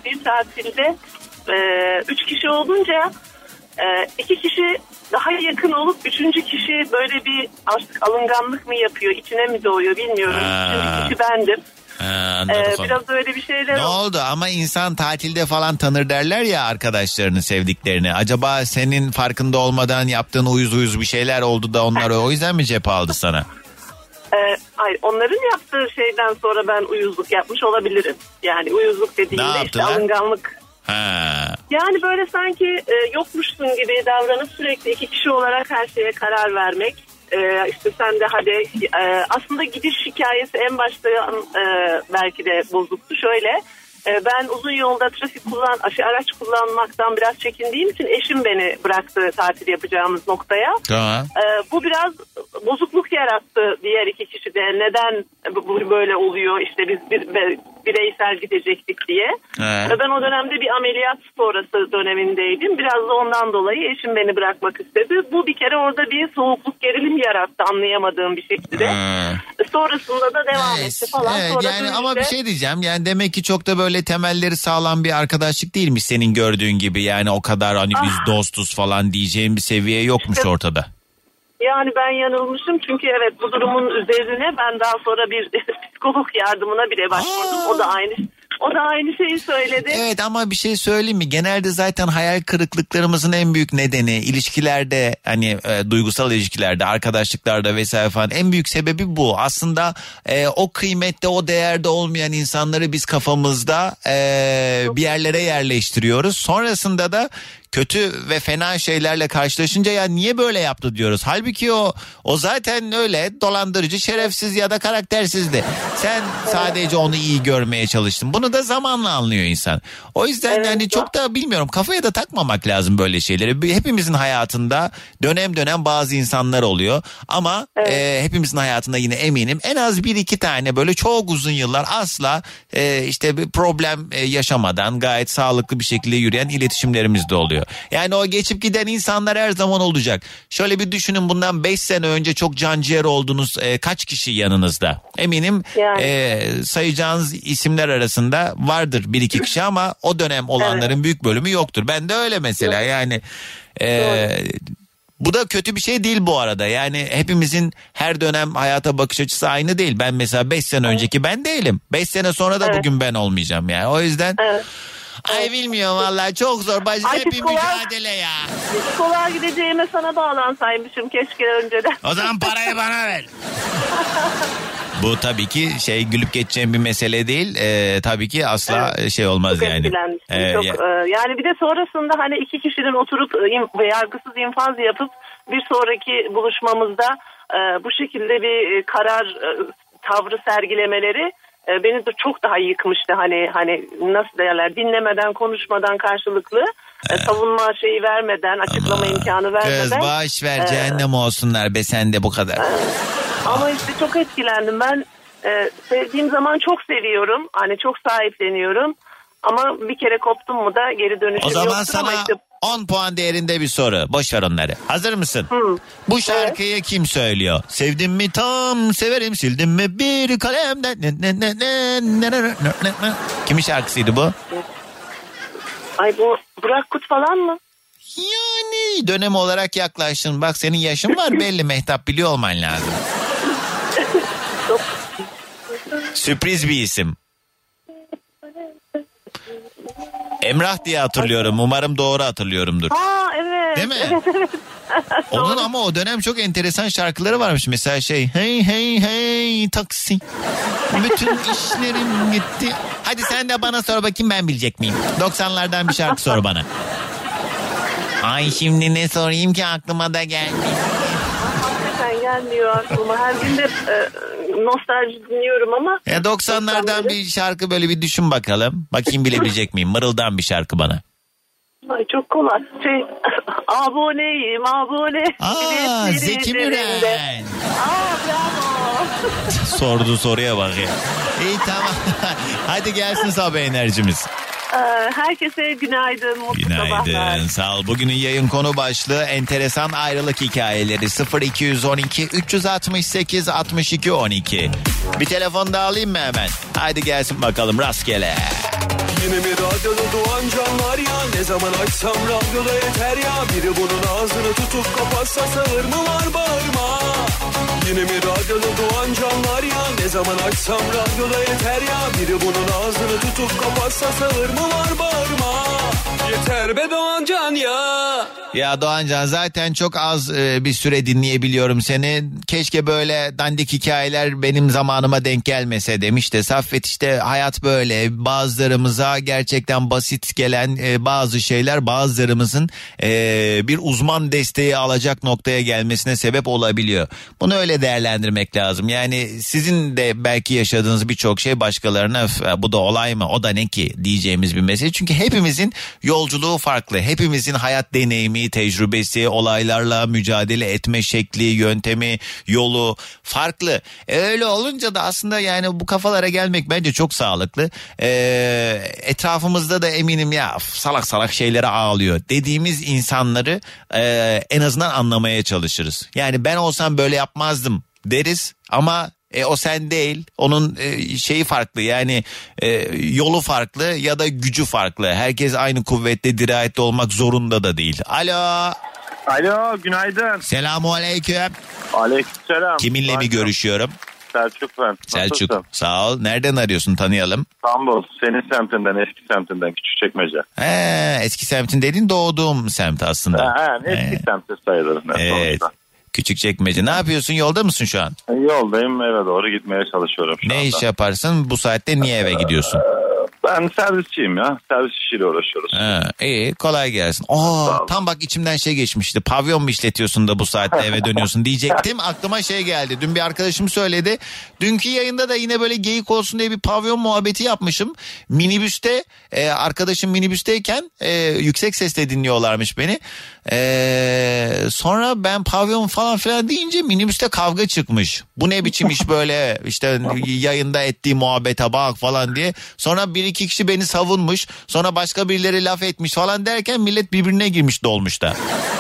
3 kişi olunca 2 kişi daha yakın olup 3. kişi böyle bir artık alınganlık mı yapıyor, içine mi doğuyor bilmiyorum. 3. kişi bendim. Biraz öyle bir şeyler ne oldu ama insan tatilde falan tanır derler ya arkadaşlarını, sevdiklerini. Acaba senin farkında olmadan yaptığın uyuz bir şeyler oldu da onlar o yüzden mi cephe aldı sana? Hayır, onların yaptığı şeyden sonra ben uyuzluk yapmış olabilirim. Yani uyuzluk dediğimde işte alınganlık. Yani böyle sanki yokmuşsun gibi davranıp sürekli 2 kişi olarak her şeye karar vermek. İşte sen de hadi aslında gidiş hikayesi en başta belki de bozuktu. Şöyle, ben uzun yolda araç kullanmaktan biraz çekindiğim için eşim beni bıraktı tatil yapacağımız noktaya. Tamam. Bu biraz bozukluk yarattı diğer 2 kişi de. Neden bu böyle oluyor, işte biz bireysel gidecektik diye. Ben o dönemde bir ameliyat sonrası dönemindeydim. Biraz da ondan dolayı eşim beni bırakmak istedi. Bu bir kere orada bir soğukluk, gerilim yarattı anlayamadığım bir şekilde. Sonrasında da devam etti falan. Evet, yani ama bir şey diyeceğim. Yani demek ki çok da böyle temelleri sağlam bir arkadaşlık değilmiş senin gördüğün gibi. Yani o kadar hani biz dostuz falan diyeceğim bir seviye yokmuş ortada. Yani ben yanılmışım çünkü evet, bu durumun üzerine ben daha sonra bir psikolog yardımına bile başvurdum. O da aynı şeyi söyledi. Evet ama bir şey söyleyeyim mi? Genelde zaten hayal kırıklıklarımızın en büyük nedeni ilişkilerde, hani duygusal ilişkilerde, arkadaşlıklarda vesaire falan, en büyük sebebi bu. Aslında o kıymette, o değerde olmayan insanları biz kafamızda bir yerlere yerleştiriyoruz. Sonrasında da kötü ve fena şeylerle karşılaşınca ya niye böyle yaptı diyoruz. Halbuki o zaten öyle dolandırıcı, şerefsiz ya da karaktersizdi. Sen sadece onu iyi görmeye çalıştın. Bunu da zamanla anlıyor insan. O yüzden yani çok da bilmiyorum, kafaya da takmamak lazım böyle şeyleri. Hepimizin hayatında dönem dönem bazı insanlar oluyor ama hepimizin hayatında yine eminim en az 1-2 tane böyle çok uzun yıllar asla işte bir problem yaşamadan gayet sağlıklı bir şekilde yürüyen iletişimlerimiz de oluyor. Yani o geçip giden insanlar her zaman olacak. Şöyle bir düşünün, bundan 5 sene önce çok canciğer olduğunuz kaç kişi yanınızda? Eminim sayacağınız isimler arasında vardır 1-2 kişi ama o dönem olanların büyük bölümü yoktur. Ben de öyle mesela yani. Bu da kötü bir şey değil bu arada. Yani hepimizin her dönem hayata bakış açısı aynı değil. Ben mesela 5 sene önceki ben değilim. 5 sene sonra da bugün ben olmayacağım yani. O yüzden ay bilmiyorum vallahi çok zor. Hep bir mücadele ya. Psikoloğa gideceğime sana bağlansaymışım keşke önceden. O zaman parayı bana ver. Bu tabii ki gülüp geçeceğim bir mesele değil. Tabii ki asla şey olmaz çok yani. Yani bir de sonrasında hani 2 kişinin oturup yargısız infaz yapıp bir sonraki buluşmamızda bu şekilde bir karar tavrı sergilemeleri beni de çok daha yıkmıştı. Hani nasıl derler, dinlemeden, konuşmadan karşılıklı savunma şeyi vermeden, açıklama imkanı vermeden. Kız boş ver, cehennem olsunlar be sen de bu kadar. Ama işte çok etkilendim. Ben sevdiğim zaman çok seviyorum. Hani çok sahipleniyorum. Ama bir kere koptum mu da geri dönüşüm yoktur. O zaman sana 10 puan değerinde bir soru. Boş ver onları. Hazır mısın? Bu şarkıyı kim söylüyor? Sevdim mi tam severim, sildim mi bir kalemden. Kimin şarkısıydı bu? Ay bu Burak Kut falan mı? Yani dönem olarak yaklaştın. Bak senin yaşın var belli, Mehtap, biliyor olman lazım. Sürpriz bir isim. Emrah diye hatırlıyorum. Umarım doğru hatırlıyorumdur. Evet. Değil mi? Evet. Onun ama o dönem çok enteresan şarkıları varmış. Mesela hey hey hey taksi. Bütün işlerim gitti. Hadi sen de bana sor bakayım, ben bilecek miyim? 90'lardan bir şarkı sor bana. Ay şimdi ne sorayım ki, aklıma da gelmiyor. Hakikaten gelmiyor aklıma. Her gün de nostalji dinliyorum ama. 90'lardan bir şarkı böyle bir düşün bakalım. Bakayım bilebilecek miyim? Mırıldan bir şarkı bana. Ay çok kolay. Aboneyim abone. Zeki Müren. Bravo. Sorduğu soruya bak ya. İyi tamam. Hadi gelsin sabah enerjimiz. Herkese günaydın, mutlu sabahlar. Günaydın, sağ ol. Bugünün yayın konu başlığı enteresan ayrılık hikayeleri. 0212 368 62 12. Bir telefon da alayım mı hemen? Haydi gelsin bakalım, rastgele. Yine mi radyoda doğan canlar ya, ne zaman açsam radyoda yeter ya. Biri bunun ağzını tutup kapatsa sağır mı var bağırma. Yine mi radyoda doğan canlar ya, ne zaman açsam radyoda yeter ya. Biri bunun ağzını tutup kapatsa sağır mı var bağırma. Yeter be Doğancan ya. Ya Doğancan, zaten çok az bir süre dinleyebiliyorum seni. Keşke böyle dandik hikayeler benim zamanıma denk gelmese demiş de Saffet, işte hayat böyle. Bazılarımıza gerçekten basit gelen bazı şeyler bazılarımızın bir uzman desteği alacak noktaya gelmesine sebep olabiliyor. Bunu öyle değerlendirmek lazım. Yani sizin de belki yaşadığınız birçok şey başkalarına bu da olay mı, o da ne ki diyeceğimiz bir mesele. Çünkü hepimizin yolculuğu farklı. Hepimizin hayat deneyimi, tecrübesi, olaylarla mücadele etme şekli, yöntemi, yolu farklı. Öyle olunca da aslında yani bu kafalara gelmek bence çok sağlıklı. Etrafımızda da eminim ya salak salak şeylere ağlıyor dediğimiz insanları en azından anlamaya çalışırız. Yani ben olsam böyle yapmazdım deriz ama o sen değil, onun şeyi farklı yani yolu farklı ya da gücü farklı. Herkes aynı kuvvette, dirayette olmak zorunda da değil. Alo, günaydın. Selamun-aleyküm. Aleykümselam. Kiminle mi görüşüyorum? Selçuk ben. Selçuk, sağ ol. Nereden arıyorsun, tanıyalım? İstanbul, senin semtinden, eski semtinden, Küçükçekmece. Eski semtin dediğin doğduğum semt aslında. Eski semti sayılır. Evet. Küçükçekmece. Ne yapıyorsun? Yolda mısın şu an? Yoldayım, eve doğru gitmeye çalışıyorum şu anda. Ne iş yaparsın? Bu saatte niye eve gidiyorsun? Ben servisçiyim ya. Servis işiyle uğraşıyoruz. İyi, kolay gelsin. Tam bak içimden şey geçmişti. Pavyon mu işletiyorsun da bu saatte eve dönüyorsun diyecektim. Aklıma şey geldi. Dün bir arkadaşım söyledi. Dünkü yayında da yine böyle geyik olsun diye bir pavyon muhabbeti yapmışım. Minibüste arkadaşım minibüsteyken yüksek sesle dinliyorlarmış beni. Sonra ben pavyon falan filan deyince minibüste kavga çıkmış. Bu ne biçim iş böyle işte yayında ettiği muhabbete bak falan diye. Sonra bir iki kişi beni savunmuş. Sonra başka birileri laf etmiş falan derken millet birbirine girmiş dolmuşta.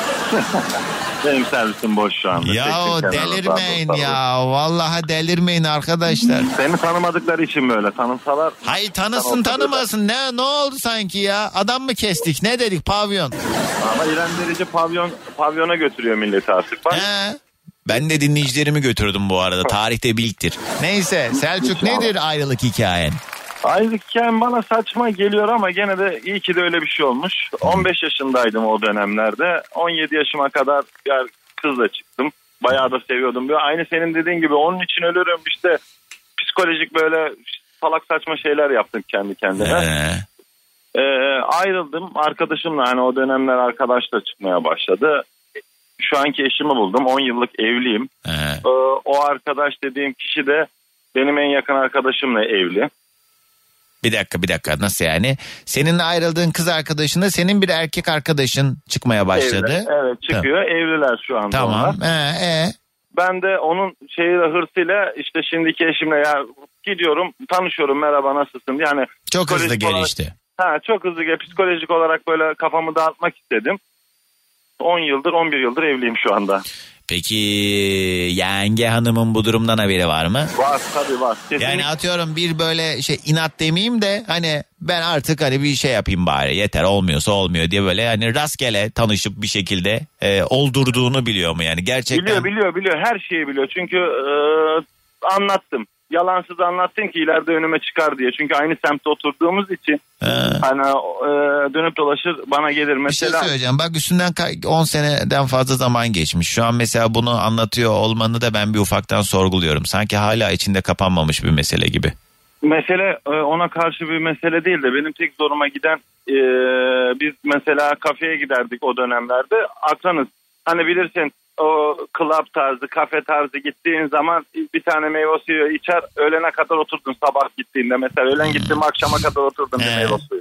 Benim servisim boş şu anda. Ya delirmeyin ya. Vallahi delirmeyin arkadaşlar. Seni tanımadıkları için böyle tanımsalar. Hayır tanısın tanımasın. Ne oldu sanki ya? Adam mı kestik? Ne dedik pavyon? Ama İrem Derici pavyona götürüyor milleti artık. Bak. Ben de dinleyicilerimi götürdüm bu arada. Tarihte biriktir. Neyse Selçuk nedir ayrılık hikayen? Ayrılık hikayem bana saçma geliyor ama gene de iyi ki de öyle bir şey olmuş. 15 yaşındaydım o dönemlerde. 17 yaşıma kadar bir kızla çıktım. Bayağı da seviyordum. Aynı senin dediğin gibi onun için ölürüm işte. Psikolojik böyle salak saçma şeyler yaptım kendi kendime. Ayrıldım. Arkadaşımla hani o dönemler arkadaşla çıkmaya başladı. Şu anki eşimi buldum. 10 yıllık evliyim. O arkadaş dediğim kişi de benim en yakın arkadaşımla evli. Bir dakika nasıl yani? Seninle ayrıldığın kız arkadaşınla senin bir erkek arkadaşın çıkmaya başladı. Evet çıkıyor. Tamam. Evliler şu anda. Tamam. Ben de onun hırsıyla işte şimdiki eşimle ya gidiyorum tanışıyorum merhaba nasılsın yani. Çok hızlı gelişti. Çok hızlı psikolojik olarak böyle kafamı dağıtmak istedim. 10 yıldır 11 yıldır evliyim şu anda. Peki yenge hanımın bu durumdan haberi var mı? Var tabii var. Kesinlikle. Yani atıyorum bir böyle inat demeyeyim de hani ben artık hani bir şey yapayım bari yeter olmuyorsa olmuyor diye böyle hani rastgele tanışıp bir şekilde oldurduğunu biliyor mu yani gerçekten? Biliyor her şeyi biliyor çünkü anlattım. Yalansız anlattın ki ileride önüme çıkar diye. Çünkü aynı semtte oturduğumuz için hani dönüp dolaşır bana gelir mesela. Bir şey söyleyeceğim bak üstünden 10 seneden fazla zaman geçmiş. Şu an mesela bunu anlatıyor olmanı da ben bir ufaktan sorguluyorum. Sanki hala içinde kapanmamış bir mesele gibi. Mesele ona karşı bir mesele değil de benim tek zoruma giden biz mesela kafeye giderdik o dönemlerde. Akranız hani bilirsin. O club tarzı, kafe tarzı gittiğin zaman bir tane meyve suyu içer, öğlene kadar oturdun sabah gittiğinde. Mesela öğlen gittim akşama kadar oturdum bir meyve suyu.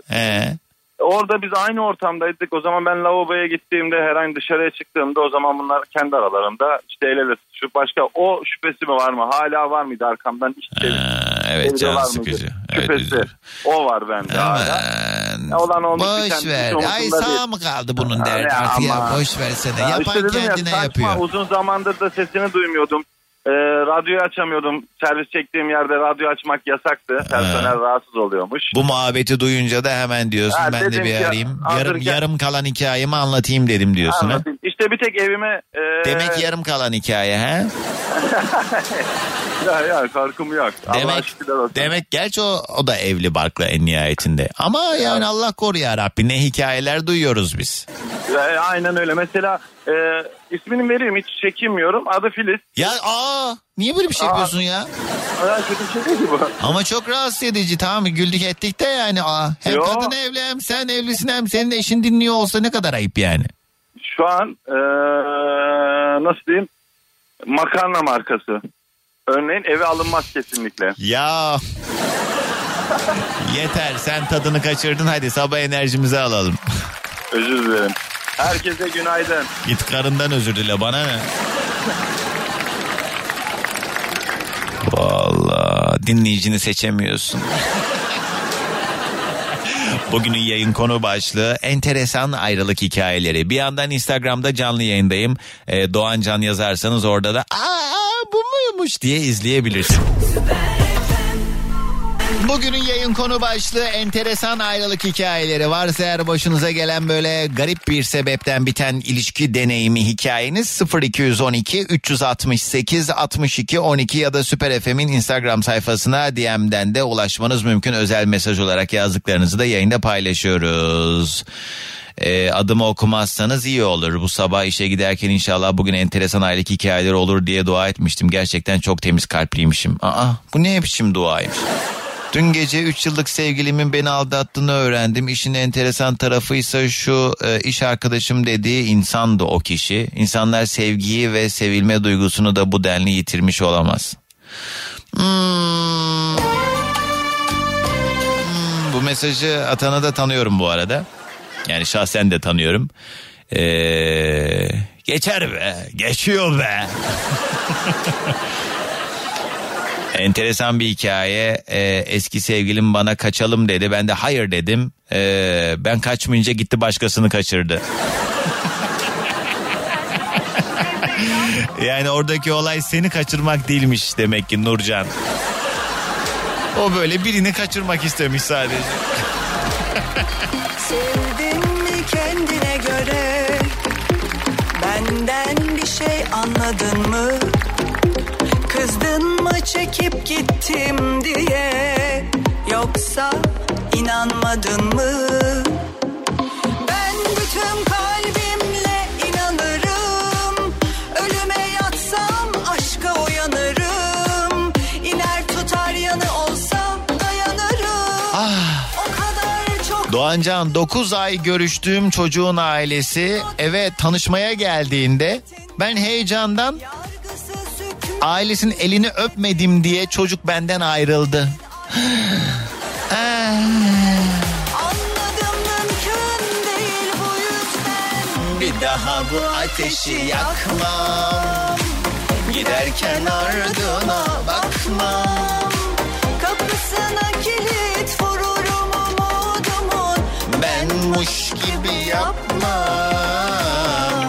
Orada biz aynı ortamdaydık. O zaman ben lavaboya gittiğimde herhangi dışarıya çıktığımda o zaman bunlar kendi aralarında işte el ele tutuşup başka o şüphesi mi var mı? Hala var mıydı arkamdan? Evet can sıkıcı. Şüphesi o var bende hala. Olan boş ver. Ay sağ mı kaldı bunun derdi artık ya boş versene. Yapan işte kendine yapıyor. Uzun zamandır da sesini duymuyordum. Radyoyu açamıyordum. Servis çektiğim yerde radyo açmak yasaktı. Personel rahatsız oluyormuş. Bu muhabbeti duyunca da hemen diyorsun ben de bir arayayım. Yarım kalan hikayemi anlatayım dedim diyorsun. Anlatayım. İşte bir tek evime... Demek yarım kalan hikaye he? ya korkum yok. Demek gerçi o da evli barklı en nihayetinde. Ama yani Allah koru ya Rabbi ne hikayeler duyuyoruz biz. Aynen öyle. Mesela ismini vereyim hiç çekinmiyorum. Adı Filiz. Ya niye böyle bir şey yapıyorsun ya? Kötü bir şey değil ki bu. Ama çok rahatsız edici tamam mı? Güldük ettik de yani. Hem kadın evli hem sen evlisin hem senin eşin dinliyor olsa ne kadar ayıp yani. Şu an nasıl diyeyim? Makarna markası. Örneğin eve alınmaz kesinlikle. Ya yeter sen tadını kaçırdın hadi sabah enerjimizi alalım. Özür dilerim. Herkese günaydın. Git karından özür dile bana ne? Vallahi dinleyicini seçemiyorsun. Bugünün yayın konu başlığı enteresan ayrılık hikayeleri. Bir yandan Instagram'da canlı yayındayım. Doğan Can yazarsanız orada da bu muymuş diye izleyebilirsiniz. Bugünün yayın konu başlığı enteresan ayrılık hikayeleri. Varsa eğer başınıza gelen böyle garip bir sebepten biten ilişki deneyimi hikayeniz 0212 368 62 12 ya da Süper FM'in Instagram sayfasına DM'den de ulaşmanız mümkün. Özel mesaj olarak yazdıklarınızı da yayında paylaşıyoruz. Adımı okumazsanız iyi olur. Bu sabah işe giderken inşallah bugün enteresan ayrılık hikayeleri olur diye dua etmiştim. Gerçekten çok temiz kalpliymişim. Bu ne biçim duaymış. Dün gece 3 yıllık sevgilimin beni aldattığını öğrendim. İşin enteresan tarafıysa şu, iş arkadaşım dediği insandı o kişi. İnsanlar sevgiyi ve sevilme duygusunu da bu denli yitirmiş olamaz. Bu mesajı atanı da tanıyorum bu arada. Yani şahsen de tanıyorum. Geçer be, geçiyor be. Enteresan bir hikaye. Eski sevgilim bana kaçalım dedi. Ben de hayır dedim. Ben kaçmayınca gitti başkasını kaçırdı. Yani oradaki olay seni kaçırmak değilmiş demek ki Nurcan. O böyle birini kaçırmak istemiş sadece. Sevdin mi kendine göre? Benden bir şey anladın mı? Kızdın mı çekip gittim diye? Yoksa inanmadın mı? Ben bütün kalbimle inanırım. Ölüme yatsam aşka uyanırım. İner tutar yanı olsam dayanırım. O kadar çok... Doğancan, 9 ay görüştüğüm çocuğun ailesi eve tanışmaya geldiğinde ben heyecandan ailesinin elini öpmedim diye çocuk benden ayrıldı. Anladım, mümkün değil bu yüzden. Bir daha bu ateşi yakmam. Giderken ardına bakmam. Kapısına kilit vururum umudumun. Benmuş gibi yapmam.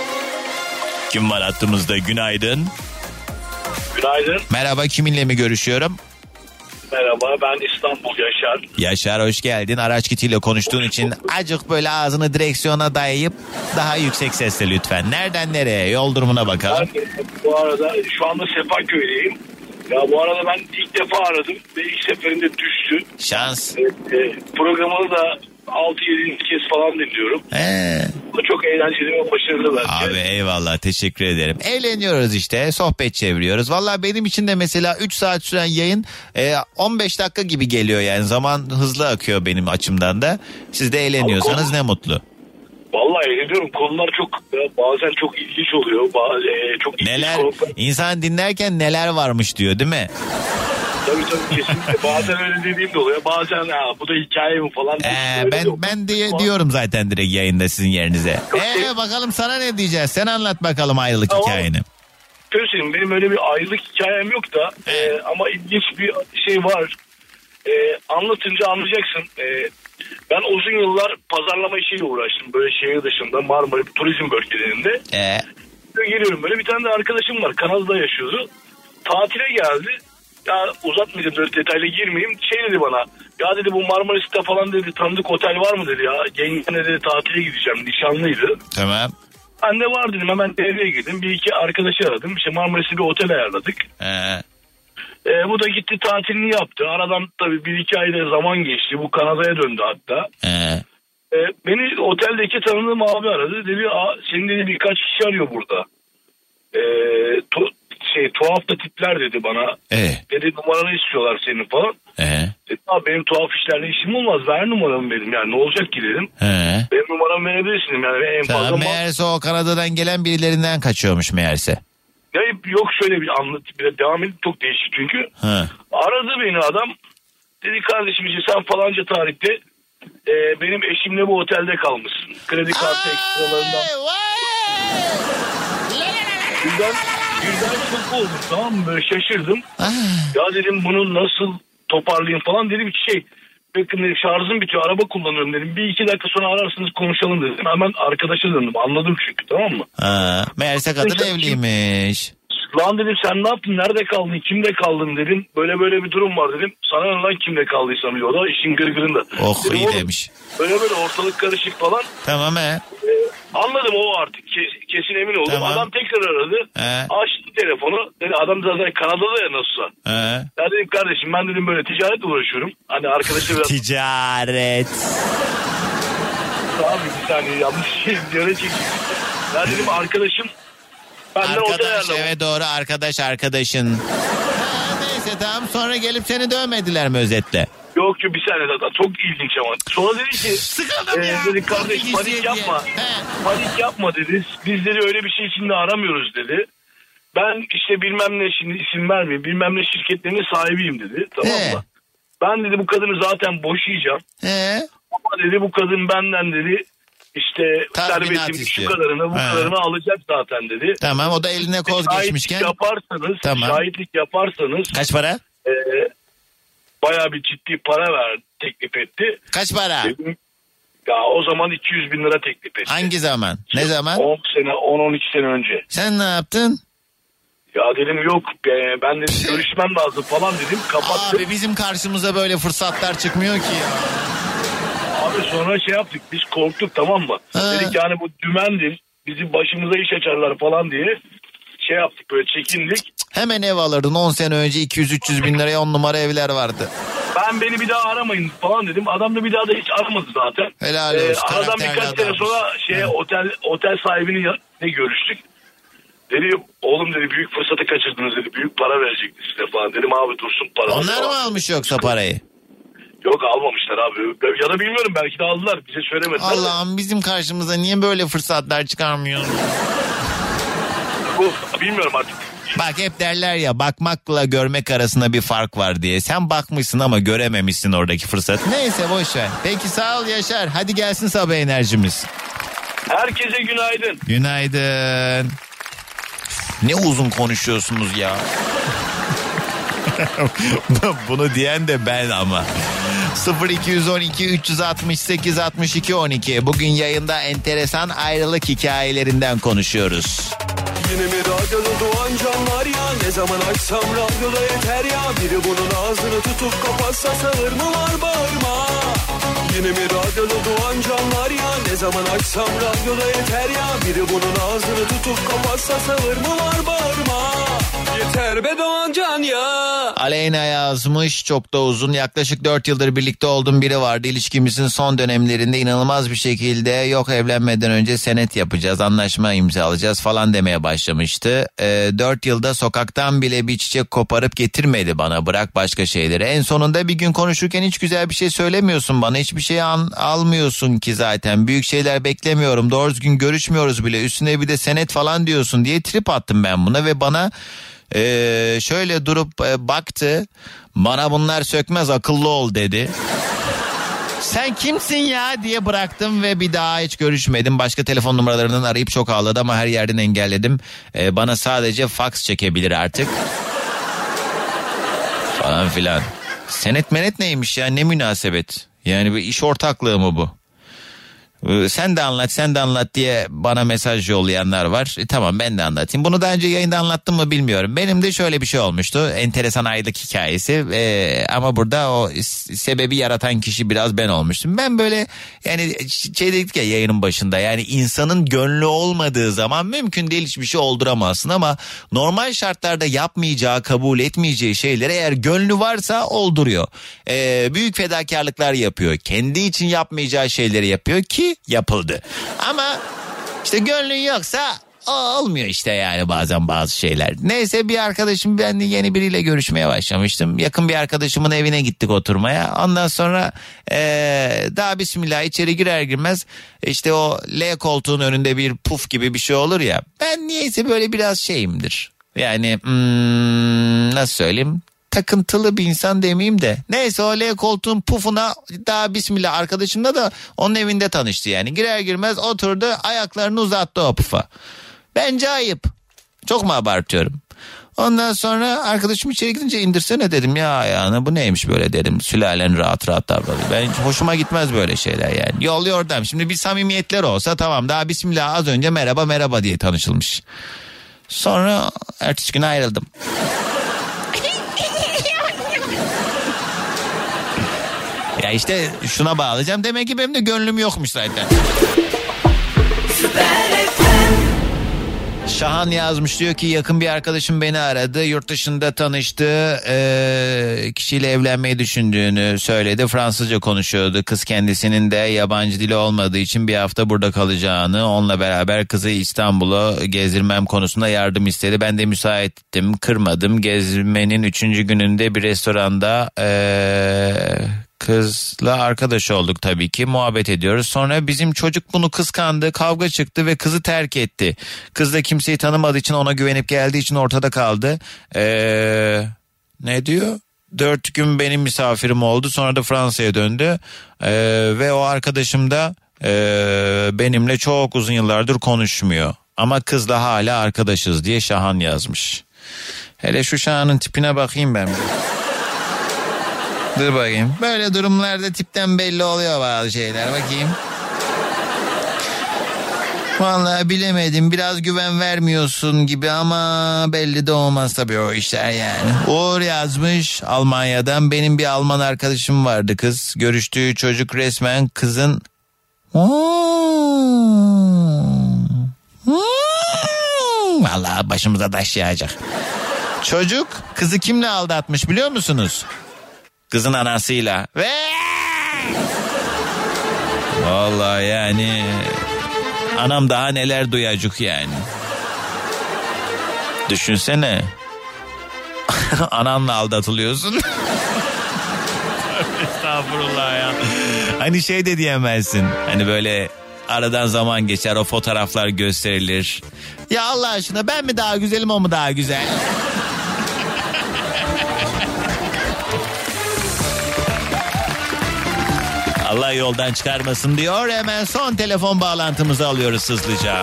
Kim var hattımızda? Günaydın. Günaydın. Merhaba, kiminle mi görüşüyorum? Merhaba, ben İstanbul Yaşar. Yaşar, hoş geldin. Araç kitiyle konuştuğun için azıcık böyle ağzını direksiyona dayayıp daha yüksek sesle lütfen. Nereden nereye? Yol durumuna bakalım. Ben bu arada şu anda Sefaköy'deyim. Ya bu arada ben ilk defa aradım ve ilk seferinde düştü. Şans. Programını da 6-7. kez falan dinliyorum. Bu çok eğlenceli ve başarılı bence. Abi eyvallah, teşekkür ederim. Eğleniyoruz işte, sohbet çeviriyoruz. Vallahi benim için de mesela 3 saat süren yayın 15 dakika gibi geliyor yani. Zaman hızlı akıyor benim açımdan da. Siz de eğleniyorsanız ne mutlu. Vallahi eğleniyorum. Konular çok bazen çok ilginç oluyor. Çok ilginç neler konular. insan dinlerken neler varmış diyor değil mi? Tabii kesinlikle. Bazen öyle dediğim de oluyor. Bazen bu da hikaye mi falan. Ben diyorum zaten direkt yayında sizin yerinize. Bakalım sana ne diyeceğiz? Sen anlat bakalım ayrılık hikayeni. Söyleyeyim, benim öyle bir ayrılık hikayem yok da ama ilginç bir şey var. Anlatınca anlayacaksın. Ben uzun yıllar pazarlama işiyle uğraştım. Böyle şehir dışında Marmara turizm bölgelerinde. Geliyorum böyle, bir tane de arkadaşım var. Kanada'da yaşıyordu. Tatile geldi. Ya uzatmayacağım, böyle detaylı girmeyeyim. Şey dedi bana, ya dedi bu Marmaris'te falan dedi tanıdık otel var mı dedi ya. Yengene dedi tatile gideceğim, nişanlıydı. Tamam. Ben de var dedim, hemen devreye girdim. Bir iki arkadaşı aradım. İşte Marmaris'te bir otel ayarladık. Bu da gitti tatilini yaptı. Aradan tabii 1-2 ayda zaman geçti. Bu Kanada'ya döndü hatta. Beni oteldeki tanıdığım abi aradı. Dedi senin dedi birkaç kişi arıyor burada. Tuhaf da tipler dedi bana. Dedi numaranı istiyorlar senin falan. Dedim abi benim tuhaf işlerle işim olmaz. Ver numaramı dedim. Yani ne olacak ki dedim. Benim numaramı verebilirsin. Yani en fazla meğerse o Kanada'dan gelen birilerinden kaçıyormuş meğerse. Ya yok, şöyle bir anlatayım. Bir de devam edip çok değişik çünkü. Aradı beni adam. Dedi kardeşim işte sen falanca tarihte benim eşimle bu otelde kalmışsın. Kredi kartı ekstralarından. Birden çok oldum, tamam mı? Böyle şaşırdım. Ya dedim bunu nasıl toparlayayım falan dedim ki bakın dedim şarjım bitiyor, araba kullanıyorum dedim. 1-2 dakika sonra ararsınız konuşalım dedim. Hemen arkadaşa döndüm, anladım çünkü, tamam mı? Meğerse kadın evliymiş. Lan dedim sen ne yaptın, nerede kaldın, kimde kaldın dedim. Böyle bir durum var dedim. Sana ne lan kimde kaldıysam diyor, o da işin gırgırında. Oh iyi demiş. Böyle ortalık karışık falan. Tamam Anladım o artık kesin emin oldum. Tamam. Adam tekrar aradı. Açtı telefonu. Dedi adam zaten Kanada'da ya nasılsa. Ya dedim kardeşim ben dedim böyle ticaretle uğraşıyorum. Hani arkadaşlar biraz... Ticaret. Abi bir saniye yanlış şey yöne çekeyim. Ya dedim arkadaşım benden otel ayarlamış. Evet doğru arkadaşın. Neyse tamam, sonra gelip seni dövmediler mi özetle? Yok bir saniye daha çok ilginç ama. Sonra dedi ki sıkıldım ya. Dedi kardeş panik yapma. Panik yapma dedi. Biz dedi öyle bir şey içinde aramıyoruz dedi. Ben işte bilmem ne, şimdi isim vermeyeyim, bilmem ne şirketlerinin sahibiyim dedi. Tamam mı? Ben dedi bu kadını zaten boşayacağım. Ama dedi bu kadın benden dedi işte servetimin şu kadarını bu kadarını alacak zaten dedi. Tamam, o da eline koz geçmişken. Şahitlik yaparsanız. Kaç para? Bayağı bir ciddi para teklif etti. Kaç para? Dedim, ya o zaman 200 bin lira teklif etti. Hangi zaman? Ne zaman? 10-12 sene önce. Sen ne yaptın? Ya dedim yok ben dedim görüşmem lazım falan dedim, kapattım. Abi bizim karşımıza böyle fırsatlar çıkmıyor ki ya. Abi sonra şey yaptık, biz korktuk, tamam mı? Dedik yani bu dümendir, bizim başımıza iş açarlar falan diye şey yaptık, böyle çekindik. Hemen ev alırdın, 10 sene önce 200-300 bin liraya 10 numara evler vardı. Beni bir daha aramayın falan dedim. Adam da bir daha da hiç aramadı zaten. Helal olsun. Aradan birkaç sene sonra otel sahibini görüştük. Dedi oğlum dedi büyük fırsatı kaçırdınız dedi. Büyük para verecekti size falan. Dedim abi dursun para. Onlar mı almış yoksa parayı? Yok almamışlar abi. Ya da bilmiyorum, belki de aldılar, bize söylemediler. Allah'ım bizim karşımıza niye böyle fırsatlar çıkarmıyor? Bilmiyorum artık. Bak hep derler ya, bakmakla görmek arasında bir fark var diye. Sen bakmışsın ama görememişsin oradaki fırsat. Neyse boş ver. Peki sağ ol Yaşar. Hadi gelsin sabah enerjimiz. Herkese günaydın. Günaydın. Ne uzun konuşuyorsunuz ya. Bunu diyen de ben ama. 0212 368 62 12. Bugün yayında enteresan ayrılık hikayelerinden konuşuyoruz. Yine mi radyoda doğan canlar ya, ne zaman açsam radyoda yeter ya. Biri bunun ağzını tutup kapatsa sağır mı var bağırma. Yine mi radyoda doğan canlar ya, ne zaman açsam radyoda yeter ya. Biri bunun ağzını tutup kapatsa sağır mı var bağırma. Yeter be Doğan Can ya. Aleyna yazmış, çok da uzun. Yaklaşık 4 yıldır birlikte olduğum biri vardı. İlişkimizin son dönemlerinde inanılmaz bir şekilde yok evlenmeden önce senet yapacağız, anlaşma imzalayacağız falan demeye başlamıştı. 4 yılda sokaktan bile bir çiçek koparıp getirmedi bana, bırak başka şeyleri. En sonunda bir gün konuşurken hiç güzel bir şey söylemiyorsun bana, hiçbir şey almıyorsun ki zaten. Büyük şeyler beklemiyorum, doğru düzgün görüşmüyoruz bile, üstüne bir de senet falan diyorsun diye trip attım ben buna ve bana şöyle durup baktı, bana bunlar sökmez akıllı ol dedi. Sen kimsin ya diye bıraktım ve bir daha hiç görüşmedim. Başka telefon numaralarından arayıp çok ağladı ama her yerden engelledim. Bana sadece fax çekebilir artık falan filan. Senet menet neymiş ya, ne münasebet. Yani bir iş ortaklığı mı bu? Sen de anlat diye bana mesaj yollayanlar var. Tamam ben de anlatayım. Bunu daha önce yayında anlattım mı bilmiyorum. Benim de şöyle bir şey olmuştu. Enteresan ayrılık hikayesi. Ama burada o sebebi yaratan kişi biraz ben olmuştum. Ben böyle yani şey dedik ya yayının başında. Yani insanın gönlü olmadığı zaman mümkün değil, hiçbir şey olduramazsın. Ama normal şartlarda yapmayacağı, kabul etmeyeceği şeyleri eğer gönlü varsa olduruyor. Büyük fedakarlıklar yapıyor. Kendi için yapmayacağı şeyleri yapıyor ki yapıldı. Ama işte gönlün yoksa olmuyor işte yani bazen bazı şeyler. Neyse bir arkadaşım, ben de yeni biriyle görüşmeye başlamıştım. Yakın bir arkadaşımın evine gittik oturmaya. Ondan sonra daha bismillah içeri girer girmez işte o L koltuğun önünde bir puf gibi bir şey olur ya. Ben niyeyse böyle biraz şeyimdir. Yani nasıl söyleyeyim? Takıntılı bir insan demeyeyim de. Neyse o L koltuğun pufuna daha bismillah arkadaşımla da onun evinde tanıştı yani. Girer girmez oturdu, ayaklarını uzattı o pufa. Bence ayıp. Çok mu abartıyorum? Ondan sonra arkadaşım içeri gidince indirsene dedim ya ayağını, bu neymiş böyle dedim. Sülalen rahat davranıyor. Ben hoşuma gitmez böyle şeyler yani. Yol yordam. Şimdi bir samimiyetler olsa tamam, daha bismillah az önce merhaba diye tanışılmış. Sonra ertesi gün ayrıldım. Ya işte şuna bağlayacağım. Demek ki benim de gönlüm yokmuş zaten. Şahan yazmış, diyor ki yakın bir arkadaşım beni aradı. Yurt dışında tanıştığı kişiyle evlenmeyi düşündüğünü söyledi. Fransızca konuşuyordu. Kız kendisinin de yabancı dili olmadığı için bir hafta burada kalacağını, onunla beraber kızı İstanbul'a gezdirmem konusunda yardım istedi. Ben de müsaittim, kırmadım. Gezmenin 3. gününde bir restoranda kızla arkadaş olduk tabii ki. Muhabbet ediyoruz. Sonra bizim çocuk bunu kıskandı. Kavga çıktı ve kızı terk etti. Kız da kimseyi tanımadığı için, ona güvenip geldiği için ortada kaldı. Ne diyor? 4 gün benim misafirim oldu. Sonra da Fransa'ya döndü. Ve o arkadaşım da benimle çok uzun yıllardır konuşmuyor. Ama kızla hala arkadaşız diye Şahan yazmış. Hele şu Şahan'ın tipine bakayım ben bir. Dur bakayım. Böyle durumlarda tipten belli oluyor bazı şeyler. Bakayım. Vallahi bilemedim. Biraz güven vermiyorsun gibi ama belli de olmaz tabii o işler yani. Uğur yazmış Almanya'dan. Benim bir Alman arkadaşım vardı kız. Görüştüğü çocuk resmen kızın... Vallahi başımıza taş yağacak. Çocuk kızı kimle aldatmış biliyor musunuz? Kızın anasıyla. Vallahi yani anam daha neler duyacak yani. Düşünsene. Ananla aldatılıyorsun. Estağfurullah ya. Hani şey de diyemezsin. Hani böyle aradan zaman geçer, o fotoğraflar gösterilir. Ya Allah aşkına ben mi daha güzelim, o mu daha güzel? Allah yoldan çıkarmasın diyor. Hemen son telefon bağlantımızı alıyoruz hızlıca.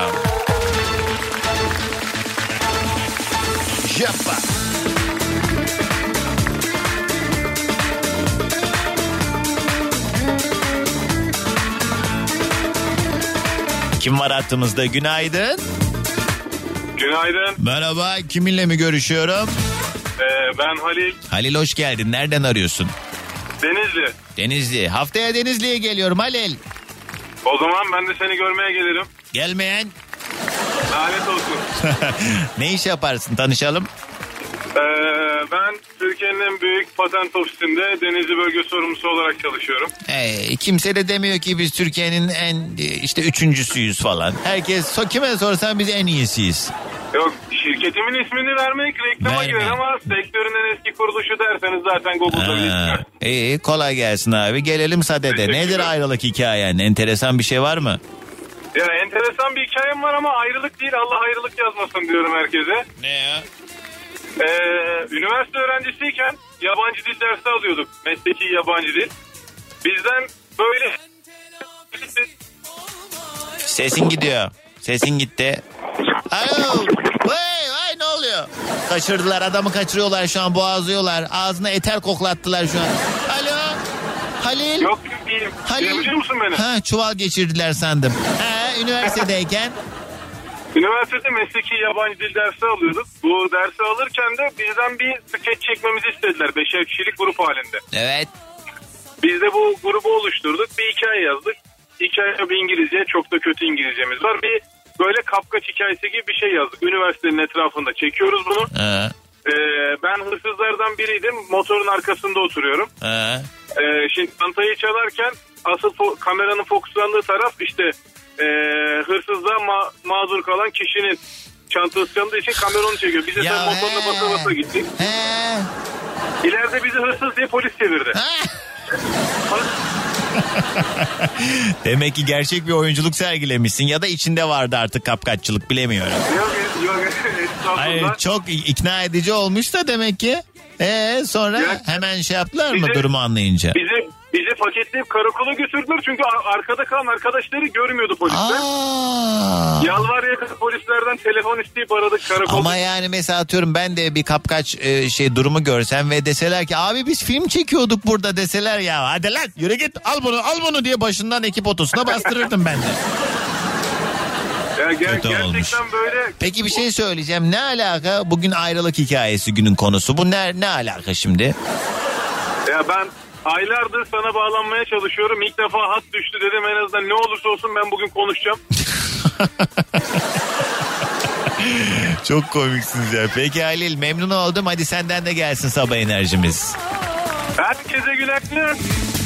Yapma. Kim var hattımızda? Günaydın. Günaydın. Merhaba, kiminle mi görüşüyorum? Ben Halil. Halil hoş geldin. Nereden arıyorsun? Denizli. Denizli. Haftaya Denizli'ye geliyorum Halil. O zaman ben de seni görmeye gelirim. Gelmeyen? Lanet olsun. Ne iş yaparsın? Tanışalım. Ben Türkiye'nin en büyük patent ofisinde Denizli bölge sorumlusu olarak çalışıyorum. Kimse de demiyor ki biz Türkiye'nin en işte 3.'süyüz falan. Herkes kime sorsan biz en iyisiyiz. Yok, şirketimin ismini vermek reklama girer ama sektörün en eski kuruluşu derseniz zaten Google'da bile. İyi, kolay gelsin abi. Gelelim sadede. Nedir ayrılık hikayen? Enteresan bir şey var mı? Ya enteresan bir hikayem var ama ayrılık değil, Allah ayrılık yazmasın diyorum herkese. Ne ya? Üniversite öğrencisiyken yabancı dil dersi alıyorduk. Mesleki yabancı dil. Bizden böyle... Sesin gidiyor. Sesin gitti. Alo. Vay ne oluyor? Kaçırdılar, adamı kaçırıyorlar şu an, boğazlıyorlar. Ağzına eter koklattılar şu an. Alo. Halil. Yok değilim. Halil. Duyuyor musun beni? Ha, çuval geçirdiler sandım. Üniversitedeyken. Üniversitede mesleki yabancı dil dersi alıyorduk. Bu dersi alırken de bizden bir skeç çekmemizi istediler. 5'er kişilik grup halinde. Evet. Biz de bu grubu oluşturduk. Bir hikaye yazdık. Hikaye bir İngilizce, çok da kötü İngilizcemiz var. Bir böyle kapkaç hikayesi gibi bir şey yazdık. Üniversitenin etrafında çekiyoruz bunu. Ben hırsızlardan biriydim. Motorun arkasında oturuyorum. Şimdi çantayı çalarken asıl kameranın fokuslandığı taraf işte hırsızlığa mağdur kalan kişinin çantası çalındığı için kamera onu çekiyor. Biz de sen motoruna basa basa gittik. İleride bizi hırsız diye polis çevirdi. Demek ki gerçek bir oyunculuk sergilemişsin ya da içinde vardı artık kapkaççılık, bilemiyorum. Yok. Hayır, çok ikna edici olmuş da demek ki. Sonra hemen şey yaptılar mı durumu anlayınca? Bizi paketleyip karakola götürdüler çünkü arkada kalan arkadaşları görmüyordu polisler. Yalvar yakın polislerden telefon isteyip aradık karakolda. Ama yani mesela atıyorum ben de bir kapkaç durumu görsem ve deseler ki abi biz film çekiyorduk burada deseler, ya hadi lan yürü git al bunu diye başından ekip otosuna bastırırdım ben de. Ya gerçekten olmuş. Böyle. Peki bir şey söyleyeceğim, ne alaka bugün ayrılık hikayesi günün konusu, bu ne alaka şimdi? Ya ben aylardır sana bağlanmaya çalışıyorum. İlk defa hat düştü dedim, en azından ne olursa olsun ben bugün konuşacağım. Çok komiksiniz ya. Peki Halil, memnun oldum. Hadi senden de gelsin sabah enerjimiz. Herkese günaydın.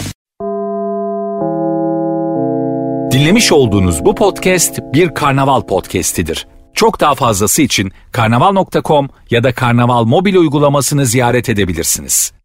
Dinlemiş olduğunuz bu podcast bir Karnaval podcastidir. Çok daha fazlası için karnaval.com ya da Karnaval mobil uygulamasını ziyaret edebilirsiniz.